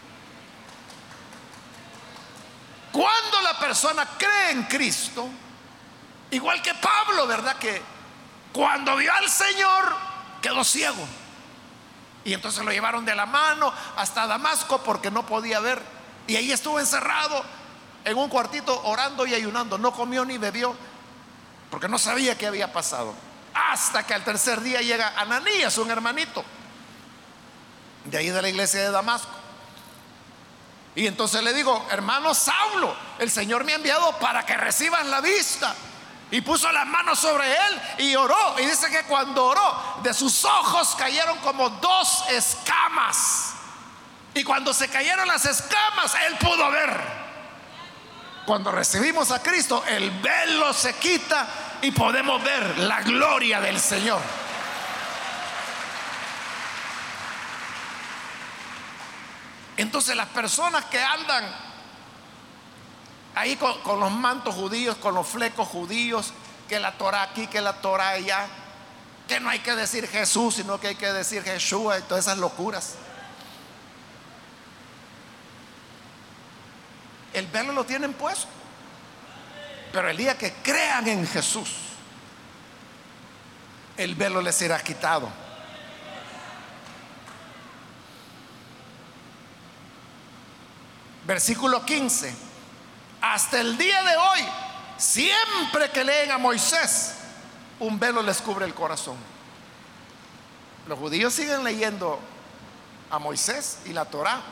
Cuando la persona cree en Cristo, igual que Pablo, ¿verdad? Que cuando vio al Señor quedó ciego. Y entonces lo llevaron de la mano hasta Damasco porque no podía ver. Y ahí estuvo encerrado en un cuartito orando y ayunando. No comió ni bebió porque no sabía qué había pasado. Hasta que al tercer día llega Ananías, un hermanito de ahí de la iglesia de Damasco. Y entonces le digo: hermano Saulo, el Señor me ha enviado para que recibas la vista. Y puso las manos sobre él y oró. Y dice que cuando oró, de sus ojos cayeron como 2 escamas. Y cuando se cayeron las escamas, él pudo ver. Cuando recibimos a Cristo, el velo se quita y podemos ver la gloria del Señor. Entonces las personas que andan ahí con los mantos judíos, con los flecos judíos, que la Torah aquí, que la Torah allá, que no hay que decir Jesús, sino que hay que decir Yeshua, y todas esas locuras. El velo lo tienen puesto, pero el día que crean en Jesús, el velo les será quitado. Versículo 15. Hasta el día de hoy, siempre que leen a Moisés, un velo les cubre el corazón. Los judíos siguen leyendo a Moisés y la Torah,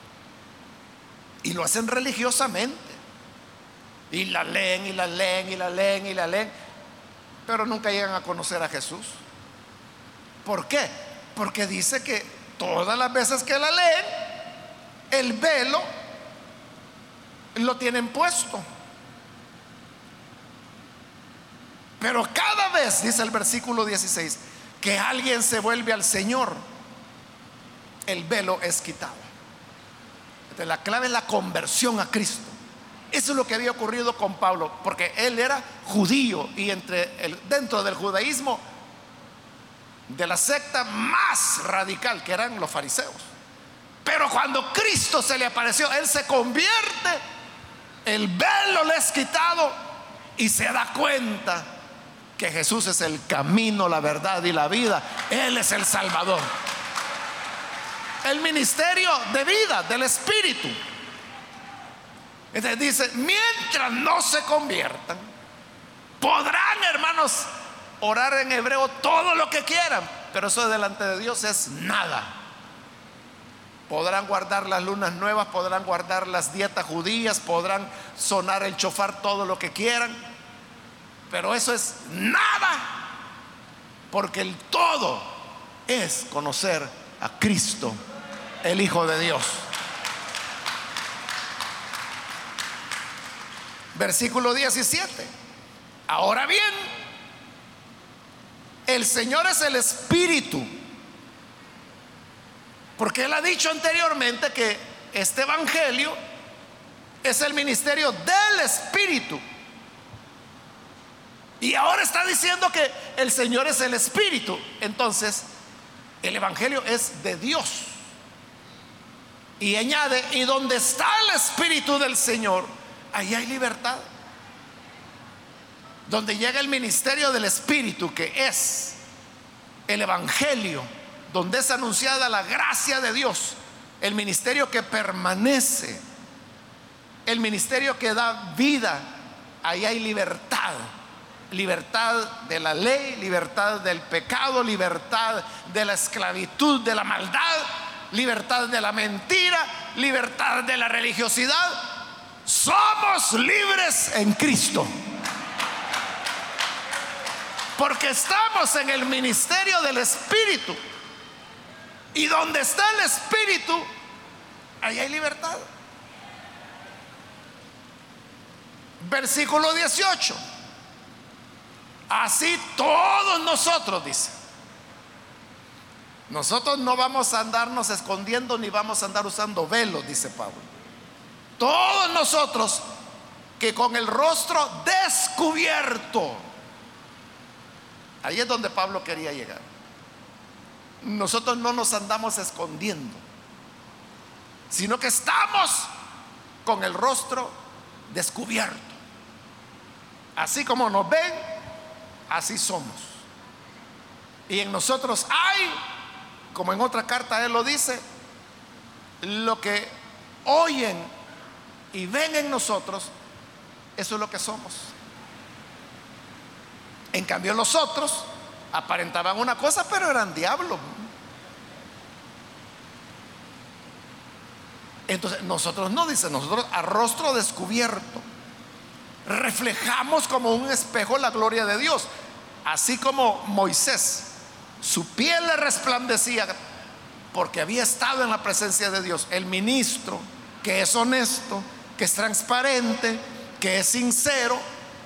y lo hacen religiosamente, y la leen y la leen y la leen y la leen, pero nunca llegan a conocer a Jesús. ¿Por qué? Porque dice que todas las veces que la leen, el velo lo tienen puesto. Pero cada vez, dice el versículo 16, que alguien se vuelve al Señor, el velo es quitado. Entonces, la clave es la conversión a Cristo. Eso es lo que había ocurrido con Pablo, porque él era judío y dentro del judaísmo, de la secta más radical, que eran los fariseos. Pero cuando Cristo se le apareció, él se convierte, el velo le es quitado y se da cuenta que Jesús es el camino, la verdad y la vida. Él es el Salvador. El ministerio de vida del Espíritu. Entonces dice: mientras no se conviertan, podrán, hermanos, orar en hebreo todo lo que quieran, pero eso delante de Dios es nada. Podrán guardar las lunas nuevas, podrán guardar las dietas judías, podrán sonar el chofar todo lo que quieran, pero eso es nada, porque el todo es conocer a Cristo, el Hijo de Dios. Versículo 17. Ahora bien, el Señor es el Espíritu, porque Él ha dicho anteriormente que este evangelio es el ministerio del Espíritu. Y ahora está diciendo que el Señor es el Espíritu. Entonces, el evangelio es de Dios. Y añade: y donde está el Espíritu del Señor, ahí hay libertad. Donde llega el ministerio del Espíritu, que es el evangelio, donde es anunciada la gracia de Dios, el ministerio que permanece, el ministerio que da vida, ahí hay libertad. Libertad de la ley, libertad del pecado, libertad de la esclavitud, de la maldad, libertad de la mentira, libertad de la religiosidad. Somos libres en Cristo, porque estamos en el ministerio del Espíritu. Y donde está el Espíritu, ahí hay libertad. Versículo 18. Así todos nosotros, dice, nosotros no vamos a andarnos escondiendo ni vamos a andar usando velos, dice Pablo. Todos nosotros, que con el rostro descubierto, ahí es donde Pablo quería llegar. Nosotros no nos andamos escondiendo, sino que estamos con el rostro descubierto. Así como nos ven, así somos. Y en nosotros hay como en otra carta él lo dice, lo que oyen y ven en nosotros, eso es lo que somos. En cambio los otros aparentaban una cosa, pero eran diablos. Entonces nosotros no, dice, nosotros a rostro descubierto reflejamos como un espejo la gloria de Dios. Así como Moisés, su piel le resplandecía porque había estado en la presencia de Dios. El ministro que es honesto, que es transparente, que es sincero,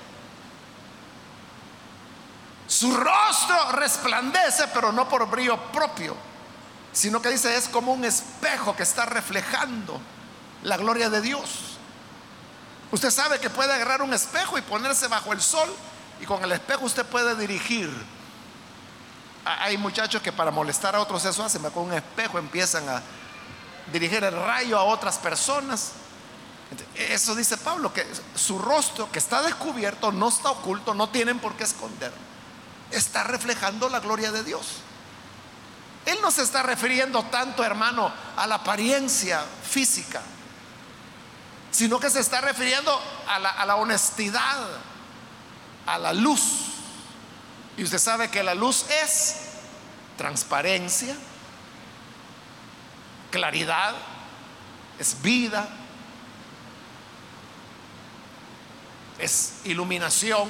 su rostro resplandece, pero no por brillo propio, sino que dice, es como un espejo que está reflejando la gloria de Dios. Usted sabe que puede agarrar un espejo y ponerse bajo el sol, y con el espejo usted puede dirigir. Hay muchachos que para molestar a otros eso hacen, con un espejo empiezan a dirigir el rayo a otras personas. Eso dice Pablo, que su rostro que está descubierto, no está oculto, no tienen por qué esconder, está reflejando la gloria de Dios. Él no se está refiriendo tanto, hermano, a la apariencia física, sino que se está refiriendo a la honestidad, a la luz. Y usted sabe que la luz es transparencia, claridad, es vida, es iluminación,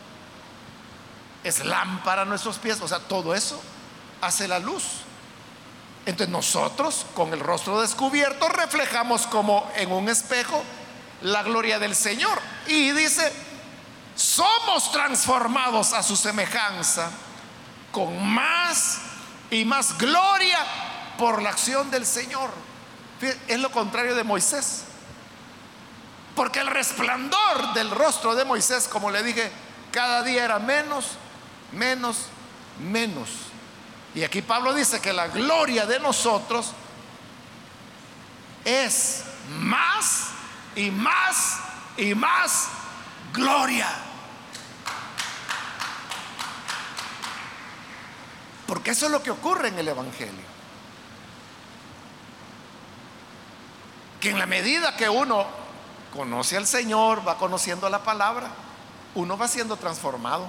es lámpara a nuestros pies. O sea, todo eso hace la luz. Entonces nosotros, con el rostro descubierto, reflejamos como en un espejo la gloria del Señor. Y dice, somos transformados a su semejanza con más y más gloria por la acción del Señor. Es lo contrario de Moisés, porque el resplandor del rostro de Moisés, como le dije, cada día era menos, menos, menos. Y aquí Pablo dice que la gloria de nosotros es más y más y más gloria. Porque eso es lo que ocurre en el Evangelio. Que en la medida que uno conoce al Señor, va conociendo la palabra, uno va siendo transformado.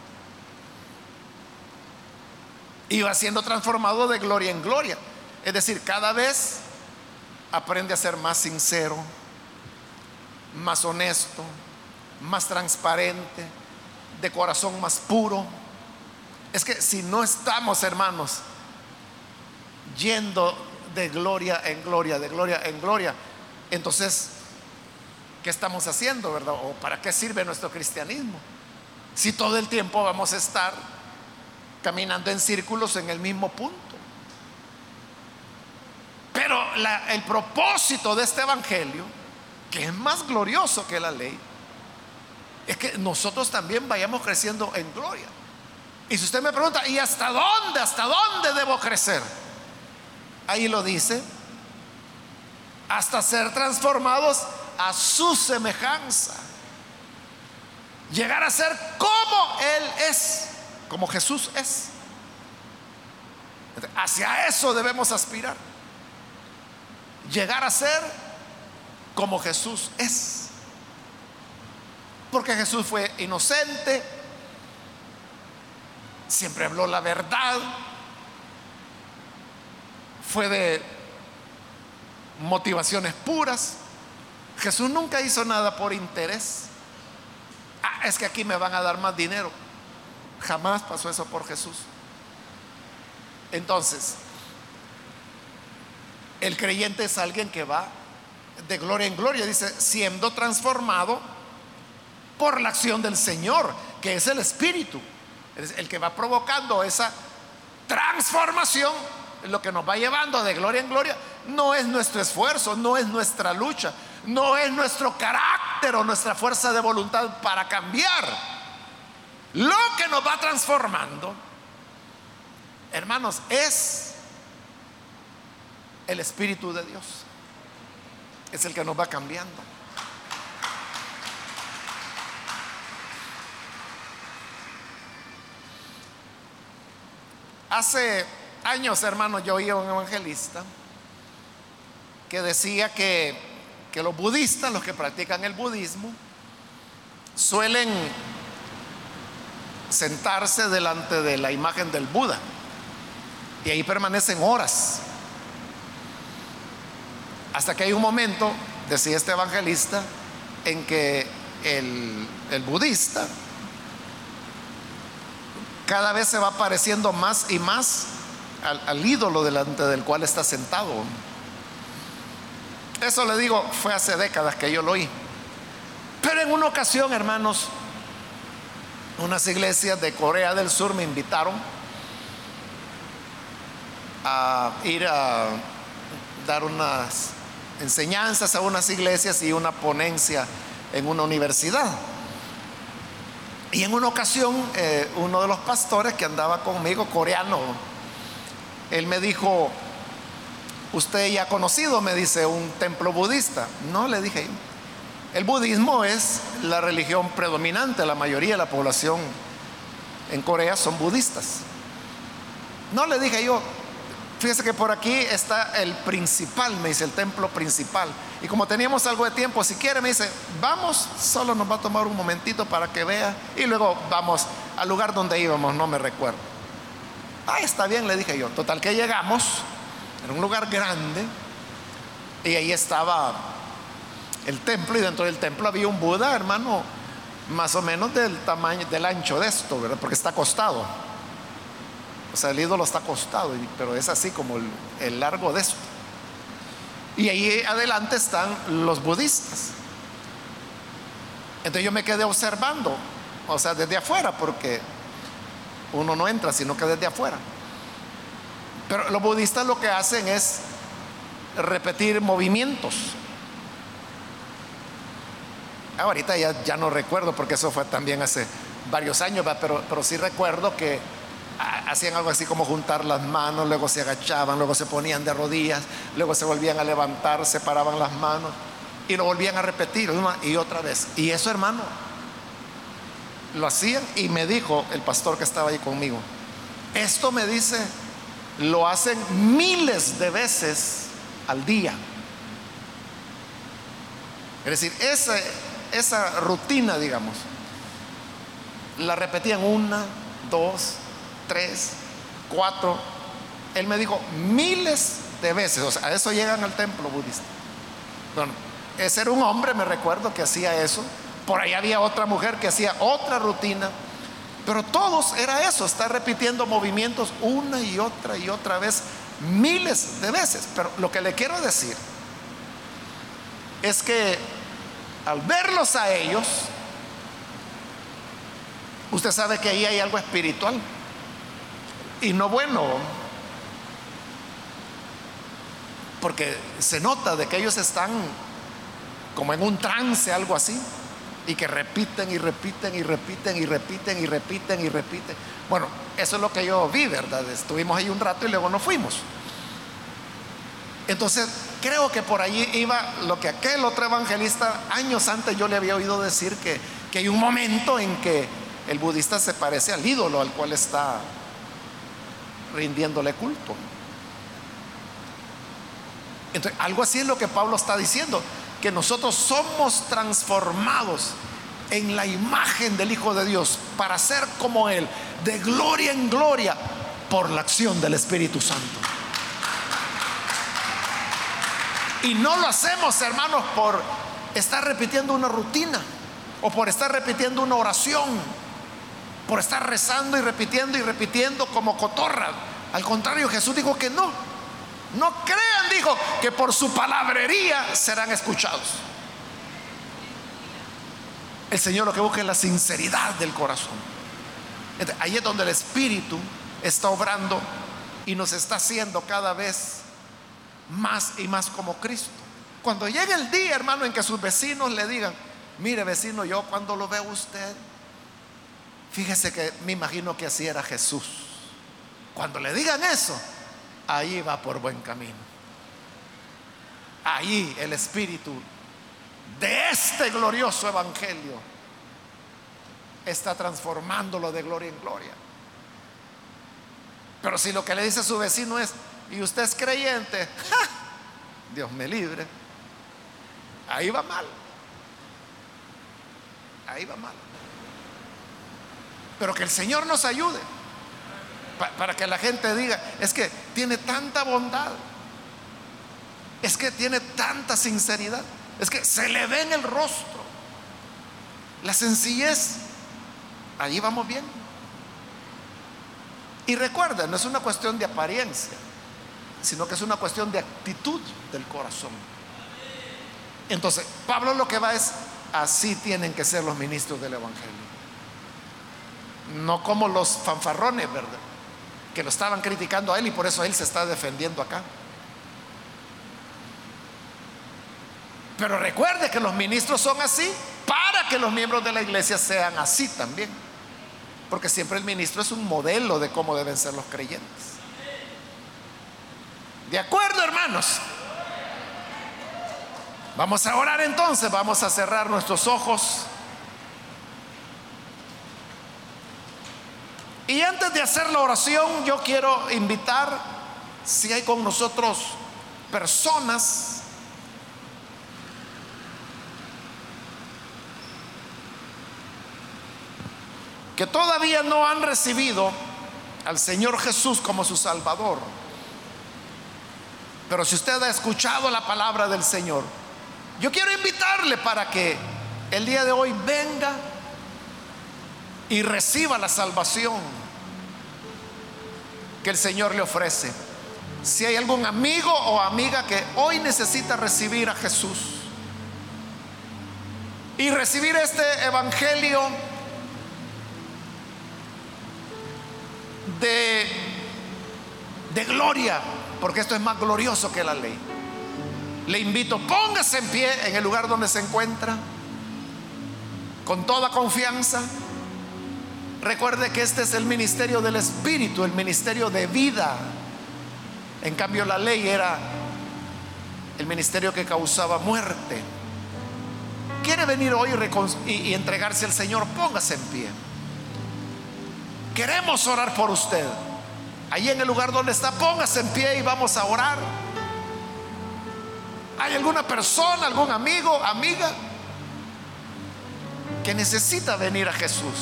Y va siendo transformado de gloria en gloria. Es decir, cada vez aprende a ser más sincero, más honesto, más transparente, de corazón más puro. Es que si no estamos, hermanos, yendo de gloria en gloria, de gloria en gloria, entonces, ¿qué estamos haciendo, verdad? ¿O para qué sirve nuestro cristianismo? Si todo el tiempo vamos a estar caminando en círculos en el mismo punto. Pero el propósito de este evangelio, que es más glorioso que la ley, es que nosotros también vayamos creciendo en gloria. Y si usted me pregunta, ¿y hasta dónde debo crecer? Ahí lo dice, hasta ser transformados a su semejanza, llegar a ser como Él es, como Jesús es. Hacia eso debemos aspirar, llegar a ser como Jesús es. Porque Jesús fue inocente, siempre habló la verdad, fue de motivaciones puras. Jesús nunca hizo nada por interés. Es que aquí me van a dar más dinero. Jamás pasó eso por Jesús. Entonces, el creyente es alguien que va de gloria en gloria, dice, siendo transformado por la acción del Señor, que es el Espíritu, es el que va provocando esa transformación. Lo que nos va llevando de gloria en gloria no es nuestro esfuerzo, no es nuestra lucha, no es nuestro carácter o nuestra fuerza de voluntad para cambiar. Lo que nos va transformando, hermanos, es el Espíritu de Dios. Es el que nos va cambiando. Hace años, hermanos, yo oía a un evangelista que decía que los budistas, los que practican el budismo, suelen sentarse delante de la imagen del Buda y ahí permanecen horas, hasta que hay un momento, decía este evangelista, en que el budista cada vez se va pareciendo más y más al ídolo delante del cual está sentado. Eso, le digo, fue hace décadas que yo lo oí. Pero en una ocasión, hermanos, unas iglesias de Corea del Sur me invitaron a ir a dar unas enseñanzas a unas iglesias y una ponencia en una universidad. Y en una ocasión, uno de los pastores que andaba conmigo, coreano, él me dijo: ¿usted ya ha conocido, me dice, un templo budista? No, le dije, el budismo es la religión predominante, la mayoría de la población en Corea son budistas. No, le dije yo, fíjese que por aquí está el principal, me dice, el templo principal. Y como teníamos algo de tiempo, si quiere, me dice, vamos, solo nos va a tomar un momentito para que vea y luego vamos al lugar donde íbamos, no me recuerdo. Ah, está bien, le dije yo. Total que llegamos, era un lugar grande y ahí estaba el templo, y dentro del templo había un Buda, hermano, más o menos del tamaño, del ancho de esto, ¿verdad? Porque está acostado. O sea, el ídolo está acostado, pero es así como el largo de esto. Y ahí adelante están los budistas. Entonces yo me quedé observando, o sea, desde afuera, porque uno no entra, sino que desde afuera. Pero los budistas lo que hacen es repetir movimientos. Ahorita ya no recuerdo, porque eso fue también hace varios años, pero sí recuerdo que hacían algo así como juntar las manos, luego se agachaban, luego se ponían de rodillas, luego se volvían a levantar, separaban las manos y lo volvían a repetir una y otra vez. Y eso, hermano, lo hacían. Y me dijo el pastor que estaba ahí conmigo, esto, me dice, lo hacen miles de veces al día. Es decir, esa rutina, digamos, la repetían 1, 2, 3, 4. Él me dijo miles de veces. O sea, a eso llegan al templo budista. Bueno, ese era un hombre, me recuerdo, que hacía eso. Por ahí había otra mujer que hacía otra rutina. Pero todos era eso, estar repitiendo movimientos una y otra vez, miles de veces. Pero lo que le quiero decir es que al verlos a ellos, usted sabe que ahí hay algo espiritual y no bueno, porque se nota de que ellos están como en un trance, algo así, y que repiten y repiten y repiten y repiten y repiten y repiten. Bueno, eso es lo que yo vi, ¿verdad? Estuvimos ahí un rato y luego nos fuimos. Entonces creo que por allí iba lo que aquel otro evangelista años antes yo le había oído decir, que hay un momento en que el budista se parece al ídolo al cual está rindiéndole culto. Entonces, algo así es lo que Pablo está diciendo, que nosotros somos transformados en la imagen del Hijo de Dios para ser como Él, de gloria en gloria, por la acción del Espíritu Santo. Y no lo hacemos, hermanos, por estar repitiendo una rutina o por estar repitiendo una oración, por estar rezando y repitiendo como cotorra. Al contrario, Jesús dijo que no crean, dijo, que por su palabrería serán escuchados. El Señor lo que busca es la sinceridad del corazón. Entonces, ahí es donde el Espíritu está obrando y nos está haciendo cada vez más y más como Cristo. Cuando llegue el día, hermano, en que sus vecinos le digan, mire, vecino, yo cuando lo veo a usted, fíjese que me imagino que así era Jesús. Cuando le digan eso, ahí va por buen camino. Ahí el Espíritu de este glorioso evangelio está transformándolo de gloria en gloria. Pero si lo que le dice a su vecino es: ¿y usted es creyente? ¡Ja! Dios me libre. Ahí va mal. Ahí va mal. Pero que el Señor nos ayude para que la gente diga: es que tiene tanta bondad, es que tiene tanta sinceridad, es que se le ve en el rostro la sencillez. Allí vamos bien. Y recuerda, no es una cuestión de apariencia, sino que es una cuestión de actitud del corazón. Entonces Pablo lo que va es: así tienen que ser los ministros del evangelio, no como los fanfarrones, ¿verdad?, que lo estaban criticando a él y por eso él se está defendiendo acá. Pero recuerde que los ministros son así para que los miembros de la iglesia sean así también, porque siempre el ministro es un modelo de cómo deben ser los creyentes. ¿De acuerdo, hermanos? Vamos a orar entonces, vamos a cerrar nuestros ojos. Y antes de hacer la oración, yo quiero invitar, si hay con nosotros personas que todavía no han recibido al Señor Jesús como su Salvador, pero si usted ha escuchado la palabra del Señor, yo quiero invitarle para que el día de hoy venga y reciba la salvación que el Señor le ofrece. Si hay algún amigo o amiga que hoy necesita recibir a Jesús y recibir este evangelio de gloria, porque esto es más glorioso que la ley, le invito: póngase en pie en el lugar donde se encuentra, con toda confianza. Recuerde que este es el ministerio del Espíritu, el ministerio de vida. En cambio, la ley era el ministerio que causaba muerte. ¿Quiere venir hoy y entregarse al Señor? Póngase en pie. Queremos orar por usted. Ahí en el lugar donde está, póngase en pie y vamos a orar. ¿Hay alguna persona, algún amigo, amiga que necesita venir a Jesús?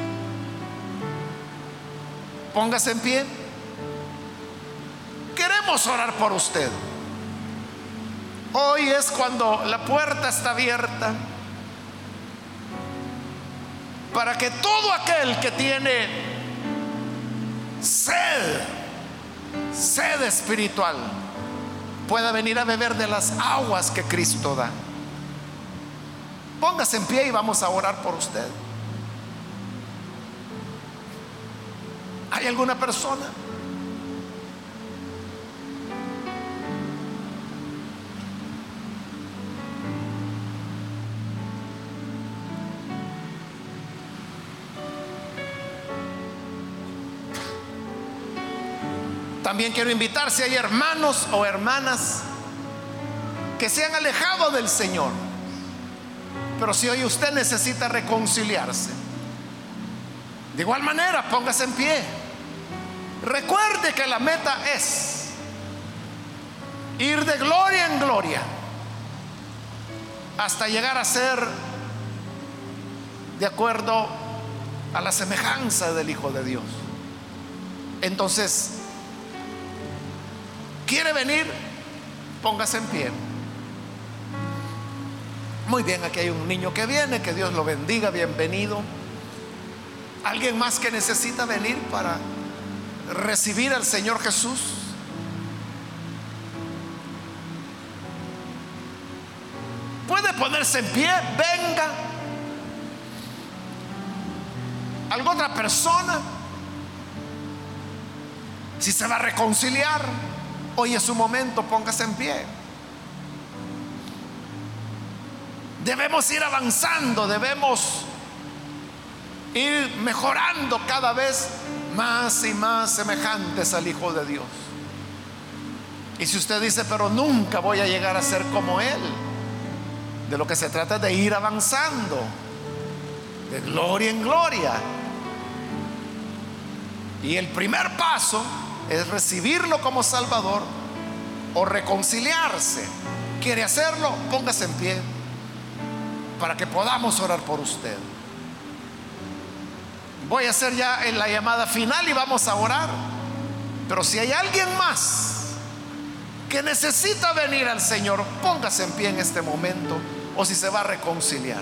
Póngase en pie. Queremos orar por usted. Hoy es cuando la puerta está abierta para que todo aquel que tiene sed espiritual pueda venir a beber de las aguas que Cristo da. Póngase en pie y vamos a orar por usted. ¿Hay alguna persona? También quiero invitar, si hay hermanos o hermanas que se han alejado del Señor, pero si hoy usted necesita reconciliarse, de igual manera, póngase en pie. Recuerde que la meta es ir de gloria en gloria hasta llegar a ser de acuerdo a la semejanza del Hijo de Dios. Entonces, ¿quiere venir? Póngase en pie. Muy bien, aquí hay un niño que viene, que Dios lo bendiga, bienvenido. ¿Alguien más que necesita venir para recibir al Señor Jesús? Puede ponerse en pie, venga. ¿Alguna otra persona? Si se va a reconciliar, hoy es su momento, póngase en pie. Debemos ir avanzando, debemos ir mejorando cada vez más y más semejantes al Hijo de Dios. Y si usted dice: pero nunca voy a llegar a ser como Él, de lo que se trata es de ir avanzando de gloria en gloria. Y el primer paso es recibirlo como Salvador o reconciliarse. ¿Quiere hacerlo? Póngase en pie para que podamos orar por usted. Voy a hacer ya en la llamada final y vamos a orar. Pero si hay alguien más que necesita venir al Señor, póngase en pie en este momento, o si se va a reconciliar.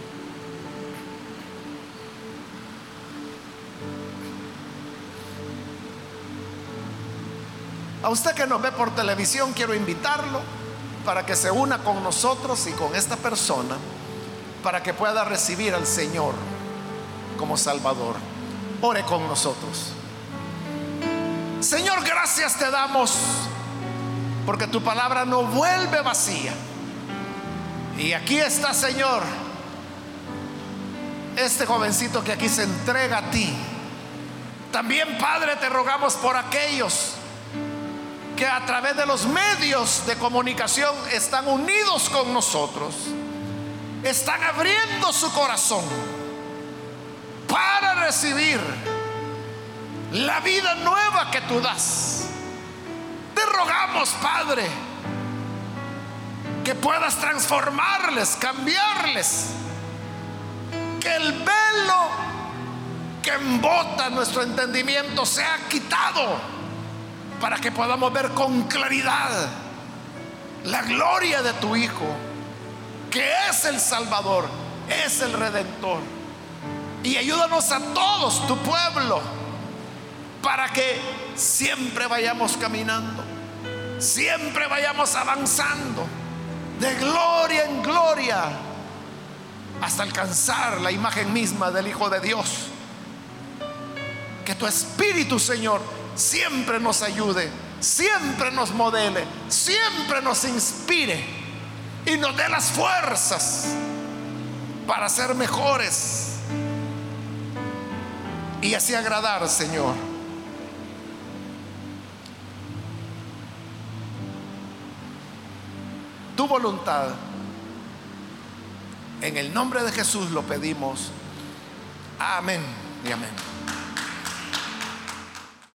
A usted que nos ve por televisión, quiero invitarlo para que se una con nosotros y con esta persona, para que pueda recibir al Señor como Salvador. Ore con nosotros. Señor, gracias te damos porque tu palabra no vuelve vacía. Y aquí está, Señor, este jovencito que aquí se entrega a ti. También, Padre, te rogamos por aquellos que a través de los medios de comunicación están unidos con nosotros, están abriendo su corazón para recibir la vida nueva que tú das. Te rogamos, Padre, que puedas transformarles, cambiarles, que el velo que embota nuestro entendimiento sea quitado, para que podamos ver con claridad la gloria de tu Hijo, que es el Salvador, es el Redentor. Y ayúdanos a todos, tu pueblo, para que siempre vayamos caminando, siempre vayamos avanzando de gloria en gloria hasta alcanzar la imagen misma del Hijo de Dios. Que tu Espíritu, Señor, siempre nos ayude, siempre nos modele, siempre nos inspire y nos dé las fuerzas para ser mejores y así agradar, Señor. Tu voluntad, en el nombre de Jesús lo pedimos. Amén y amén.